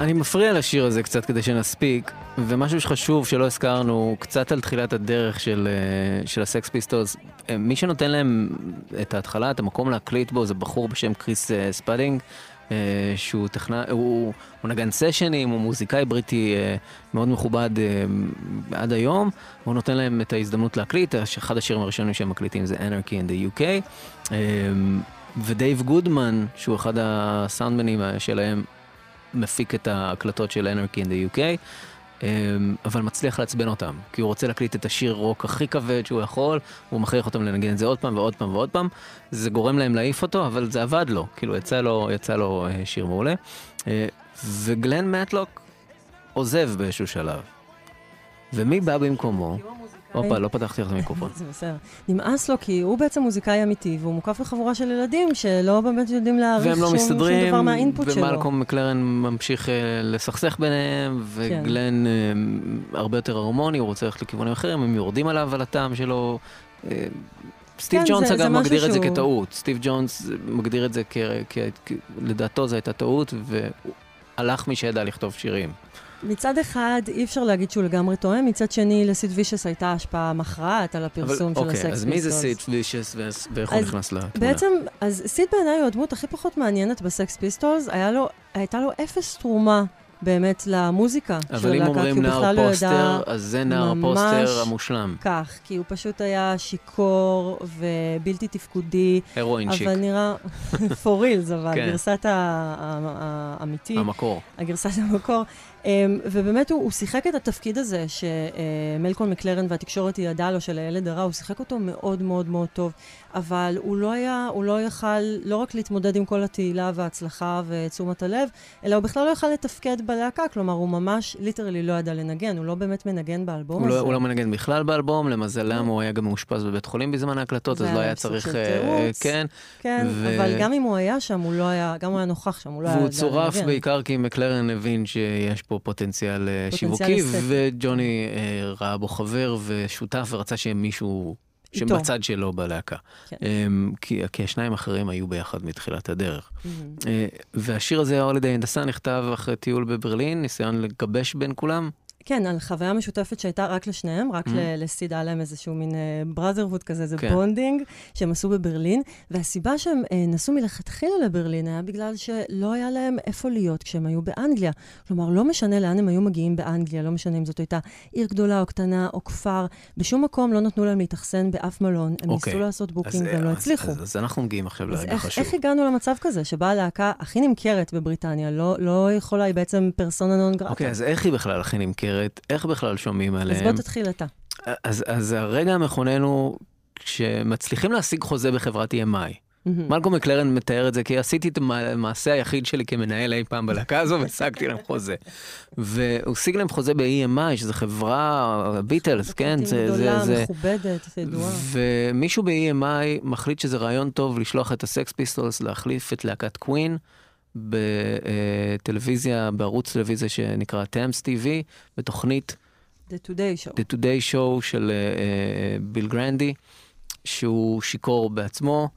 אני מפריע לשיר הזה קצת כדי שנספיק, ומשהו שחשוב שלא הזכרנו, קצת על תחילת הדרך של, אה, של הסקס פיסטולס. אה, מי שנותן להם את ההתחלה, את המקום להקליט בו, זה בחור בשם קריס אה, ספדינג, אה, שהוא תכנה, הוא, הוא נגן סשנים, הוא מוזיקאי בריטי אה, מאוד מכובד אה, עד היום, הוא נותן להם את ההזדמנות להקליט. אחד השירים הראשונים שהם מקליטים זה Anarchy in the יו קיי, אה, ודייב גודמן, שהוא אחד הסאונדמנים שלהם, מפיק את ההקלטות של Anarchy in the יו קיי, אבל מצליח לעצבן אותם, כי הוא רוצה להקליט את השיר רוק הכי כבד שהוא יכול, הוא מכריח אותם לנגן את זה עוד פעם ועוד פעם ועוד פעם, זה גורם להם להעיף אותו, אבל זה עבד לו, כאילו יצא לו, יצא לו שיר מעולה, וגלן מטלוק עוזב באיזשהו שלב. ומי בא במקומו? הופה, לא פתחתי לך את המיקרופון. זה בסדר. נמאס לו, כי הוא בעצם מוזיקאי אמיתי, והוא מוקף לחבורה של ילדים שלא באמת יודעים להעריך והם לא שום, מסתדרים, שום דבר מהאינפוט שלו. ומלקום מקלרן ממשיך uh, לסכסך ביניהם, וגלן uh, הרבה יותר הרמוני, הוא רוצה ללכת לכיוונים אחרים, הם יורדים עליו על הטעם שלו. Uh, סטיב כן, ג'ונס זה, אגב זה מגדיר שהוא... את זה כטעות. סטיב ג'ונס מגדיר את זה כ... כ... כ... לדעתו זו הייתה טעות, והלך מי שידע לכתוב שירים. מצד אחד, אי אפשר להגיד שהוא לגמרי טועה, מצד שני, לסיד וישס הייתה השפעה מכרעת על הפרסום של הסקס פיסטולס. אוקיי, אז מי זה סיד וישס ואיך הוא נכנס לתמונה? בעצם, אז סיד בעיניי הוא הדמות הכי פחות מעניינת בסקס פיסטולס, הייתה לו אפס תרומה באמת למוזיקה של הלהקה, אבל אם אומרים נער פוסטר, אז זה נער הפוסטר המושלם. כך, כי הוא פשוט היה שיקור ובלתי תפקודי. הרואין שיק. אבל נראה, for real, אבל גרסת האמיתי. המקור. הגרסת המקור. ובאמת הוא, הוא שיחק את התפקיד הזה שמלקום מקלרן והתקשורת ידעה לו של הילד הרע, הוא שיחק אותו מאוד מאוד מאוד טוב, אבל הוא לא היה, הוא לא יכל לא רק להתמודד עם כל התהילה וההצלחה ותשומת הלב, אלא הוא בכלל לא יכל לתפקד בלהקה, כלומר הוא ממש ליטרלי לא ידע לנגן, הוא לא באמת מנגן באלבום הוא הזה. לא, הוא לא מנגן בכלל באלבום, למזלם הוא היה גם מאושפז בבית חולים בזמן ההקלטות, אז לא היה צריך... אה, כן, כן ו... אבל גם אם הוא היה שם, הוא לא היה, גם הוא היה נוכח שם, הוא לא היה והוא צורף בעיקר כי מקלרן הבין שיש פה פוטנציאל שיווקי, וג'וני ראה בו חבר ושותף ורצה שיהיה מישהו שבצד שלו בלהקה. כי השניים אחרים היו ביחד מתחילת הדרך. והשיר הזה, Holiday in the Sun, נכתב אחרי טיול בברלין, ניסיון לגבש בין כולם. כן, על חוויה משותפת שהייתה רק לשניהם, רק לסיד היה להם איזשהו מין בראזרהוד כזה, זה בונדינג שהם עשו בברלין, והסיבה שהם נסעו מלכתחילה לברלין היה בגלל שלא היה להם איפה להיות כשהם היו באנגליה. כלומר, לא משנה לאן הם היו מגיעים באנגליה, לא משנה אם זאת הייתה עיר גדולה או קטנה או כפר, בשום מקום לא נתנו להם להתאכסן באף מלון, הם ניסו לעשות בוקינג והם לא הצליחו. אז אנחנו מגיעים עכשיו לרגע חשוב. איך הגענו למצב כזה, שבה הלהקה הכי נמכרת בבריטניה, לא יכולה, היא בעצם פרסונה נון גרטה. אוקיי, אז איך היא בכלל הכי נמכרת? איך בכלל שומעים עליהם? אז בוא תתחיל אתה. אז, אז הרגע המכונן הוא כשמצליחים להשיג חוזה בחברת אי אם איי. מלקום מקלרן מתאר את זה, כי עשיתי את המעשה היחיד שלי כמנהל אי פעם בלהקה הזו, והשגתי להם חוזה. והוא השיג להם חוזה ב-אי אם איי, שזו חברה, ביטלס, כן? זה גדולה, מכובדת, ידועה. ומישהו ב-אי אם איי מחליט שזה רעיון טוב לשלוח את הסקס פיסטולס, להחליף את להקת קווין, בטלוויזיה, בערוץ טלוויזיה שנקרא טאמס טי וי, בתוכנית The Today Show. The Today Show של ביל גרנדי, שהוא שיקור בעצמו,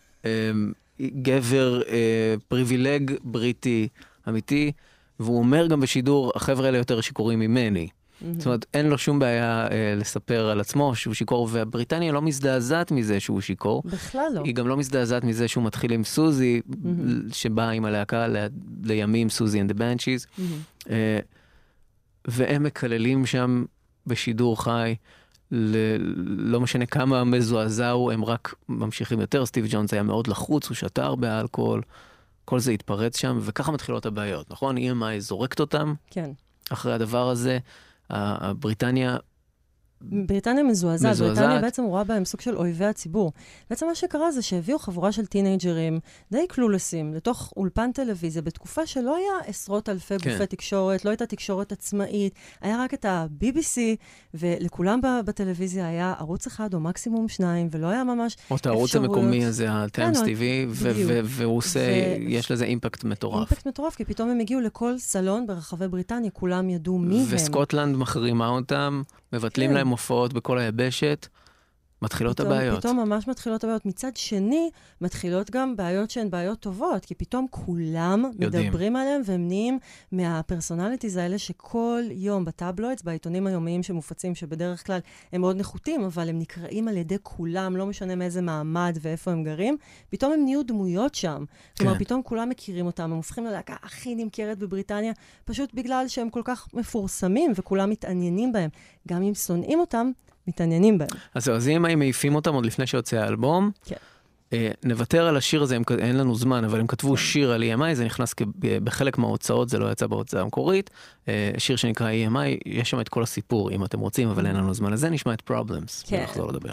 גבר פריבילג בריטי אמיתי, והוא אומר גם בשידור, החבר'ה האלה יותר שיקורים ממני. זאת אומרת, אין לו שום בעיה אה, לספר על עצמו שהוא שיקור, והבריטניה לא מזדעזעת מזה שהוא שיקור. בכלל לא. היא גם לא מזדעזעת מזה שהוא מתחיל עם סוזי, mm-hmm. שבאה עם הלהקה ל... לימים, סוזי and the Banshees. Mm-hmm. אה, והם מקללים שם בשידור חי, ל... לא משנה כמה מזועזעו, הם רק ממשיכים יותר. סטיב ג'ונס היה מאוד לחוץ, הוא שתה הרבה אלכוהול, כל זה התפרץ שם, וככה מתחילות הבעיות, נכון? אי אם איי זורקת אותם. כן. אחרי הדבר הזה, הבריטניה... בריטניה מזועזעת, בריטניה בעצם רואה בהם סוג של אויבי הציבור. בעצם מה שקרה זה שהביאו חבורה של טינג'רים די קלולסים לתוך אולפן טלוויזיה, בתקופה שלא היה עשרות אלפי כן. גופי תקשורת, לא הייתה תקשורת עצמאית, היה רק את ה-בי בי סי, ולכולם בטלוויזיה היה ערוץ אחד או מקסימום שניים, ולא היה ממש או את הערוץ המקומי הזה, ה-טאמס טי וי, והוא עושה, יש לזה אימפקט מטורף. אימפקט מטורף, כי פתאום הם הגיעו לכל סלון ברחבי בריטניה, כולם ידעו מי הם. וסקוטלנד מחרימה אותם, מבטלים להם הופעות בכל היבשת, מתחילות פתאום, הבעיות. פתאום ממש מתחילות הבעיות. מצד שני, מתחילות גם בעיות שהן בעיות טובות, כי פתאום כולם יודעים. מדברים עליהם, והם נהיים מהפרסונליטיז האלה שכל יום בטאבלוידס, בעיתונים היומיים שמופצים, שבדרך כלל הם מאוד נחותים, אבל הם נקראים על ידי כולם, לא משנה מאיזה מעמד ואיפה הם גרים, פתאום הם נהיו דמויות שם. כלומר, כן. פתאום כולם מכירים אותם, הם הופכים ללהקה הכי נמכרת בבריטניה, פשוט בגלל שהם כל כך מפורסמים, וכולם מתעניינים בהם. גם אם שונאים אותם, מתעניינים בהם. אז זהו, אז אם הם מעיפים אותם עוד לפני שיוצא האלבום, כן. אה, נוותר על השיר הזה, הם, כ- אין לנו זמן, אבל הם כתבו שיר על אי אם איי, זה נכנס כ- בחלק מההוצאות, זה לא יצא בהוצאה המקורית, אה, שיר שנקרא אי אם איי, יש שם את כל הסיפור, אם אתם רוצים, אבל אין לנו זמן לזה, נשמע את Problems, כן. ונחזור לדבר.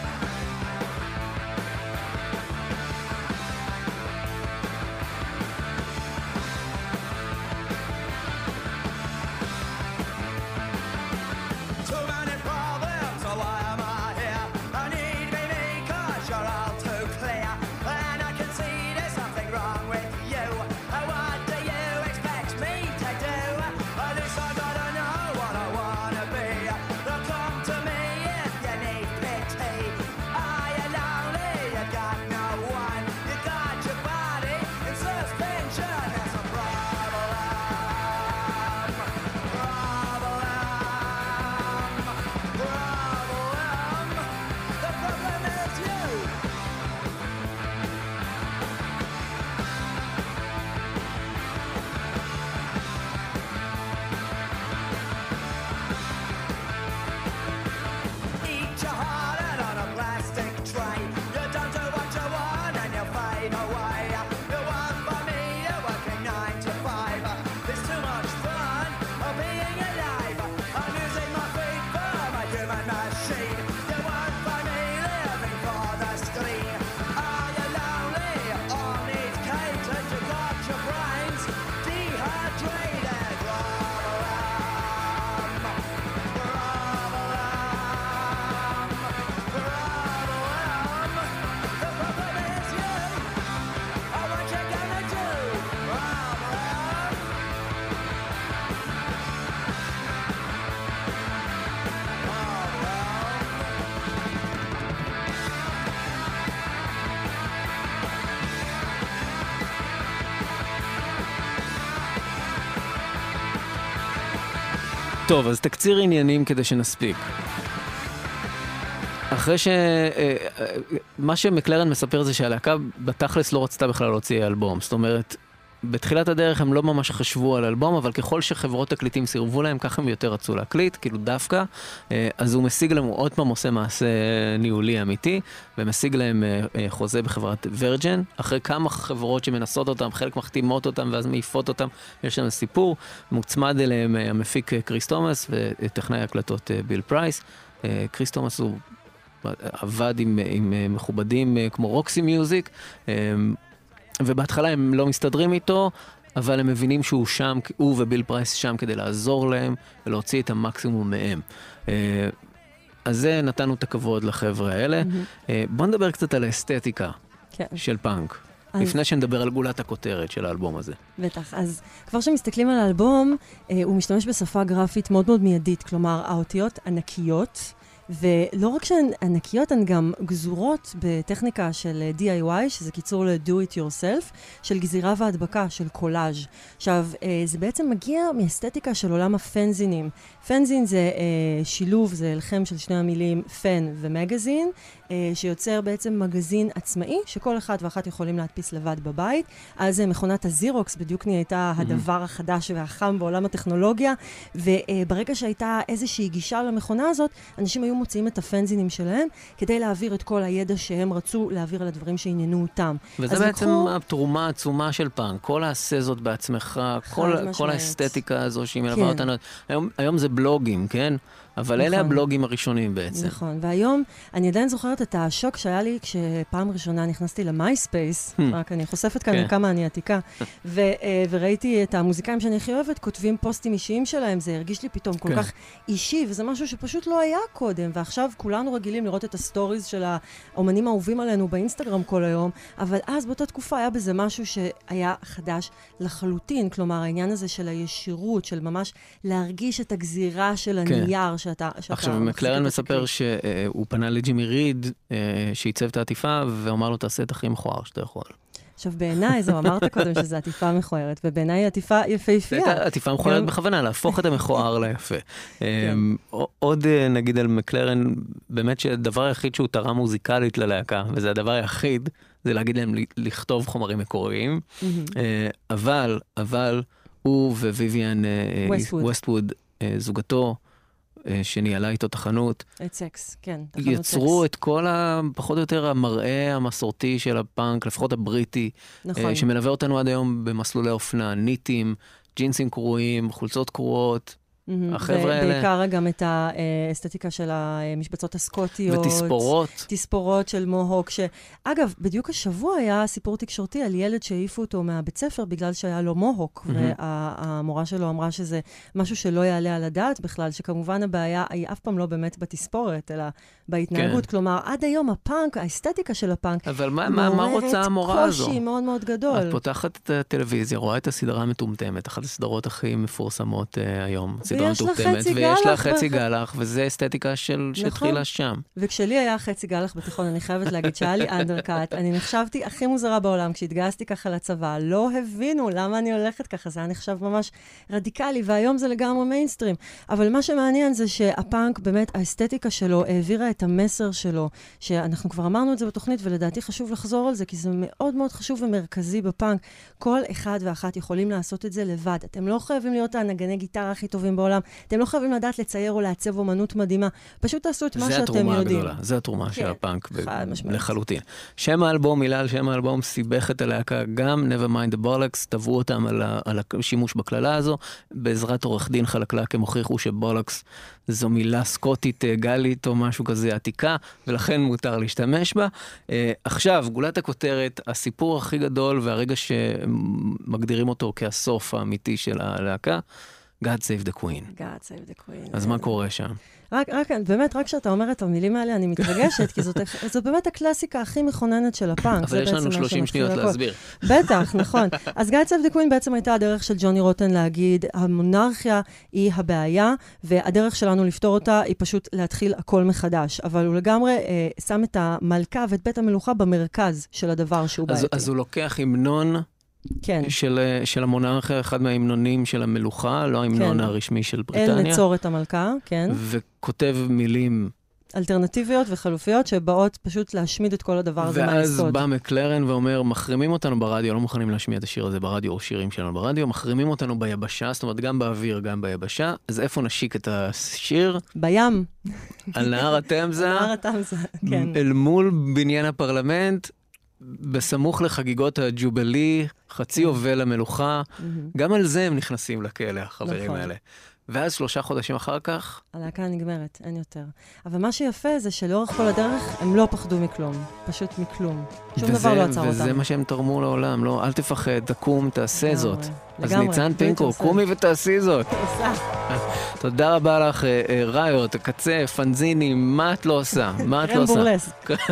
Too many problems, so why am I here? I need me, me, cause you're all too clear. And I can see there's something wrong with you. Uh, What do you expect me to do? At least I gotta know what I wanna be. Now come to me if you need pity. Are you lonely? You got no one. You got your body in suspension. There's a problem. Problem. Problem. The problem is you. Eat your heart out on a plastic tray. You don't do what you want and you fade away. You want for me, you're working nine to five. It's too much fun of being alive. I'm using my feet for my human machine. You want for me, living for the stream. Are you lonely or need catered? You got your brains dehydrated. Problem. Problem. The problem is you. Oh, what you gonna do? Problem. Problem. טוב, אז תקציר עניינים כדי שנספיק. אחרי ש... אה, אה, מה שמקלרן מספר זה שהלהקה בתכלס לא רצתה בכלל להוציא אלבום. זאת אומרת, בתחילת הדרך הם לא ממש חשבו על אלבום, אבל ככל שחברות תקליטים סירבו להם, ככה הם יותר רצו להקליט, כאילו דווקא. אה, אז הוא משיג להם, הוא עוד פעם עושה מעשה ניהולי אמיתי, ומשיג להם אה, אה, חוזה בחברת וירג'ן. אחרי כמה חברות שמנסות אותם, חלק מחתימות אותם ואז מעיפות אותם, יש להם סיפור. מוצמד אליהם אה, המפיק אה, קריס תומאס וטכנאי הקלטות אה, ביל פרייס. אה, קריס תומאס הוא עבד עם, עם אה, מכובדים אה, כמו רוקסי מיוזיק, אה, ובהתחלה הם לא מסתדרים איתו, אבל הם מבינים שהוא שם, הוא וביל פרייס שם כדי לעזור להם ולהוציא את המקסימום מהם. אה, אז זה נתנו את הכבוד לחבר'ה האלה. אה, בוא נדבר קצת על האסתטיקה כן. של פאנק, אז- לפני שנדבר על גולת הכותרת של האלבום הזה. בטח. אז כבר שמסתכלים על האלבום, אה, הוא משתמש בשפה גרפית מאוד מאוד מיידית, כלומר, האותיות ענקיות, ולא רק שהן ענקיות, הן גם גזורות בטכניקה של אה, די איי וואי, שזה קיצור ל-do it yourself, של גזירה והדבקה, של קולאז'. עכשיו, אה, זה בעצם מגיע מאסתטיקה של עולם הפנזינים. פנזין זה אה, שילוב, זה הלחם של שני המילים פן ומגזין, אה, שיוצר בעצם מגזין עצמאי, שכל אחד ואחת יכולים להדפיס לבד בבית. אז אה, מכונת הזירוקס בדיוק נהייתה הדבר החדש והחם בעולם הטכנולוגיה, וברגע שהייתה איזושהי גישה למכונה הזאת, אנשים היו מוציאים את הפנזינים שלהם, כדי להעביר את כל הידע שהם רצו להעביר על הדברים שעניינו אותם. וזה אז בעצם לקחו- התרומה העצומה של פאנק, כל העשה זאת בעצמך, כל, משמעית. כל האסתטיקה הזו שהיא מלווה כן. אותנו. היום, היום זה בלוגים, כן? אבל אלה נכון. הבלוגים הראשונים בעצם. נכון, והיום אני עדיין זוכרת את השוק שהיה לי כשפעם ראשונה נכנסתי למייספייס, רק אני חושפת כאן כן. כמה אני עתיקה, ו- אה, וראיתי את המוזיקאים שאני הכי אוהבת, כותבים פוסטים אישיים שלהם, זה הרגיש לי פתאום כל כן. כך אישי, וזה משהו שפשוט לא היה קודם, ועכשיו כולנו רגילים לראות את הסטוריז של האומנים האהובים עלינו באינסטגרם כל היום, אבל אז באותה תקופה היה בזה משהו שהיה חדש לחלוטין, כלומר העניין הזה של הישירות, של ממש להרגיש את הגזירה של כן. הנייר, שאתה... שאתה עכשיו, מחזיק מקלרן את מספר התקליט. שהוא פנה לג'ימי ריד, אה, שעיצב את העטיפה, ואמר לו, תעשה את הכי מכוער שאתה יכול. עכשיו, בעיניי, זו אמרת קודם שזו עטיפה מכוערת, ובעיניי היא עטיפה יפהפייה. הייתה עטיפה מכוערת גם- בכוונה, להפוך את המכוער ליפה. אמ, עוד אה, נגיד על מקלרן, באמת שהדבר היחיד שהוא תרם מוזיקלית ללהקה, וזה הדבר היחיד, זה להגיד להם ל- לכתוב חומרים מקוריים. אה, אבל, אבל, הוא וויביאן אה, ווסטווד. ווסטווד, אה, זוגתו, אה, שניהלה איתו את החנות, את סקס, כן. תחנות יצרו סקס. את כל ה... פחות או יותר המראה המסורתי של הפאנק, לפחות הבריטי, נכון. אה, שמלווה אותנו עד היום במסלולי אופנה, ניטים, ג'ינסים קרועים, חולצות קרועות, מהמם. החבר'ה האלה. ובעיקר גם את האסתטיקה של המשבצות הסקוטיות. ותספורות. תספורות של מוהוק, שאגב, בדיוק השבוע היה סיפור תקשורתי על ילד שהעיפו אותו מהבית ספר בגלל שהיה לו מוהוק, והמורה שלו אמרה שזה משהו שלא יעלה על הדעת בכלל, שכמובן הבעיה היא אף פעם לא באמת בתספורת, אלא בהתנהגות. כן. כלומר, עד היום הפאנק, האסתטיקה של הפאנק, אבל מה, מה, מה רוצה המורה מעוררת הזו? קושי מאוד מאוד גדול. את פותחת את הטלוויזיה, רואה את הסדרה המטומטמת, אחת הסדרות הכי מפורסמות uh, היום. סדרה ויש לה מטומטמת, חצי ויש לה גלח חצי בח- גלח, וזה אסתטיקה של, שהתחילה שם. וכשלי היה חצי גלח בתיכון, אני חייבת להגיד שהיה לי אנדרקאט, אני נחשבתי הכי מוזרה בעולם, כשהתגייסתי ככה לצבא, לא הבינו למה אני הולכת ככה, זה היה נחשב ממש רדיקלי, והיום זה לגמרי מיינסטרים. אבל מה שמעניין זה שהפאנק, באמת, האסתטיקה שלו העבירה את המסר שלו, שאנחנו כבר אמרנו את זה בתוכנית, ולדעתי חשוב לחזור על זה, כי זה מאוד מאוד חשוב ומרכזי בפאנק. כל אחד ואחת יכולים לעשות את זה לבד. אתם לא חייבים להיות הנגני גיטרה הכי טובים בעולם, אתם לא חייבים לדעת לצייר או לעצב אומנות מדהימה, פשוט תעשו את מה זה שאתם התרומה יודעים. הגדולה, זה התרומה של כן, הפאנק ב- חד משמעית. לחלוטין. שם האלבום, מילה על שם האלבום, סיבך את הלהקה גם, Nevermind the Bollocks, תבעו אותם על, ה- על השימוש בכללה הזו, בעזרת עורך דין חלקלק הם הוכיחו שבולוקס זו מילה סקוטית אה, גלית או משהו כזה עתיקה, ולכן מותר להשתמש בה. אה, עכשיו, גולת הכותרת, הסיפור הכי גדול והרגע שמגדירים אותו כהסוף האמיתי של הלהקה, God Save the Queen. God save the queen. אז מה קורה שם? רק, רק, באמת, רק כשאתה אומר את המילים האלה, אני מתרגשת, כי זאת, זאת באמת הקלאסיקה הכי מכוננת של הפאנק. אבל יש לנו שלושים שניות להסביר. בטח, נכון. אז God Save the Queen בעצם הייתה הדרך של ג'וני רוטן להגיד, המונרכיה היא הבעיה, והדרך שלנו לפתור אותה היא פשוט להתחיל הכל מחדש. אבל הוא לגמרי אה, שם את המלכה ואת בית המלוכה במרכז של הדבר שהוא אז, בעייתי. אז הוא לוקח המנון כן. של, של המונרכיה, אחד מההמנונים של המלוכה, לא ההמנון כן. הרשמי של אל בריטניה, נצור את המלכה, כן. וכותב מילים, אלטרנטיביות וחלופיות שבאות פשוט להשמיד את כל הדבר הזה ואז מהיסוד. בא מקלרן ואומר, מחרימים אותנו ברדיו, לא מוכנים להשמיע את השיר הזה ברדיו או שירים שלנו ברדיו, מחרימים אותנו ביבשה, זאת אומרת גם באוויר, גם ביבשה, אז איפה נשיק את השיר? בים. על נהר התמזה, נהר התמזה, כן. אל מול בניין הפרלמנט, בסמוך לחגיגות הג'ובלי, חצי יובל המלוכה, גם על זה הם נכנסים לכלא, החברים נכון. האלה. ואז שלושה חודשים אחר כך, הלהקה נגמרת, אין יותר. אבל מה שיפה זה שלאורך כל הדרך הם לא פחדו מכלום. פשוט מכלום. שום וזה, דבר לא עצר אותם. וזה מה שהם תרמו לעולם, לא, אל תפחד, תקום, תעשה לגמרי, זאת. אז לגמרי, ניצן do it פינקו, yourself. קומי ותעשי זאת. עושה. תודה רבה לך, אה, אה, ראיות, הקצה, פנזיני, מה את לא עושה? מה את לא קרם עושה? בורלס.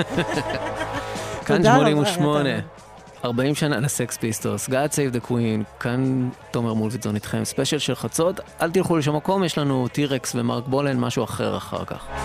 כאן תודה רבה, שמונים ושמונה, היה ארבעים שנה לסקס פיסטוס, God Save the Queen, כאן תומר מולביטזון איתכם, ספיישל של חצות, אל תלכו לשום מקום, יש לנו טירקס ומרק בולן, משהו אחר אחר כך.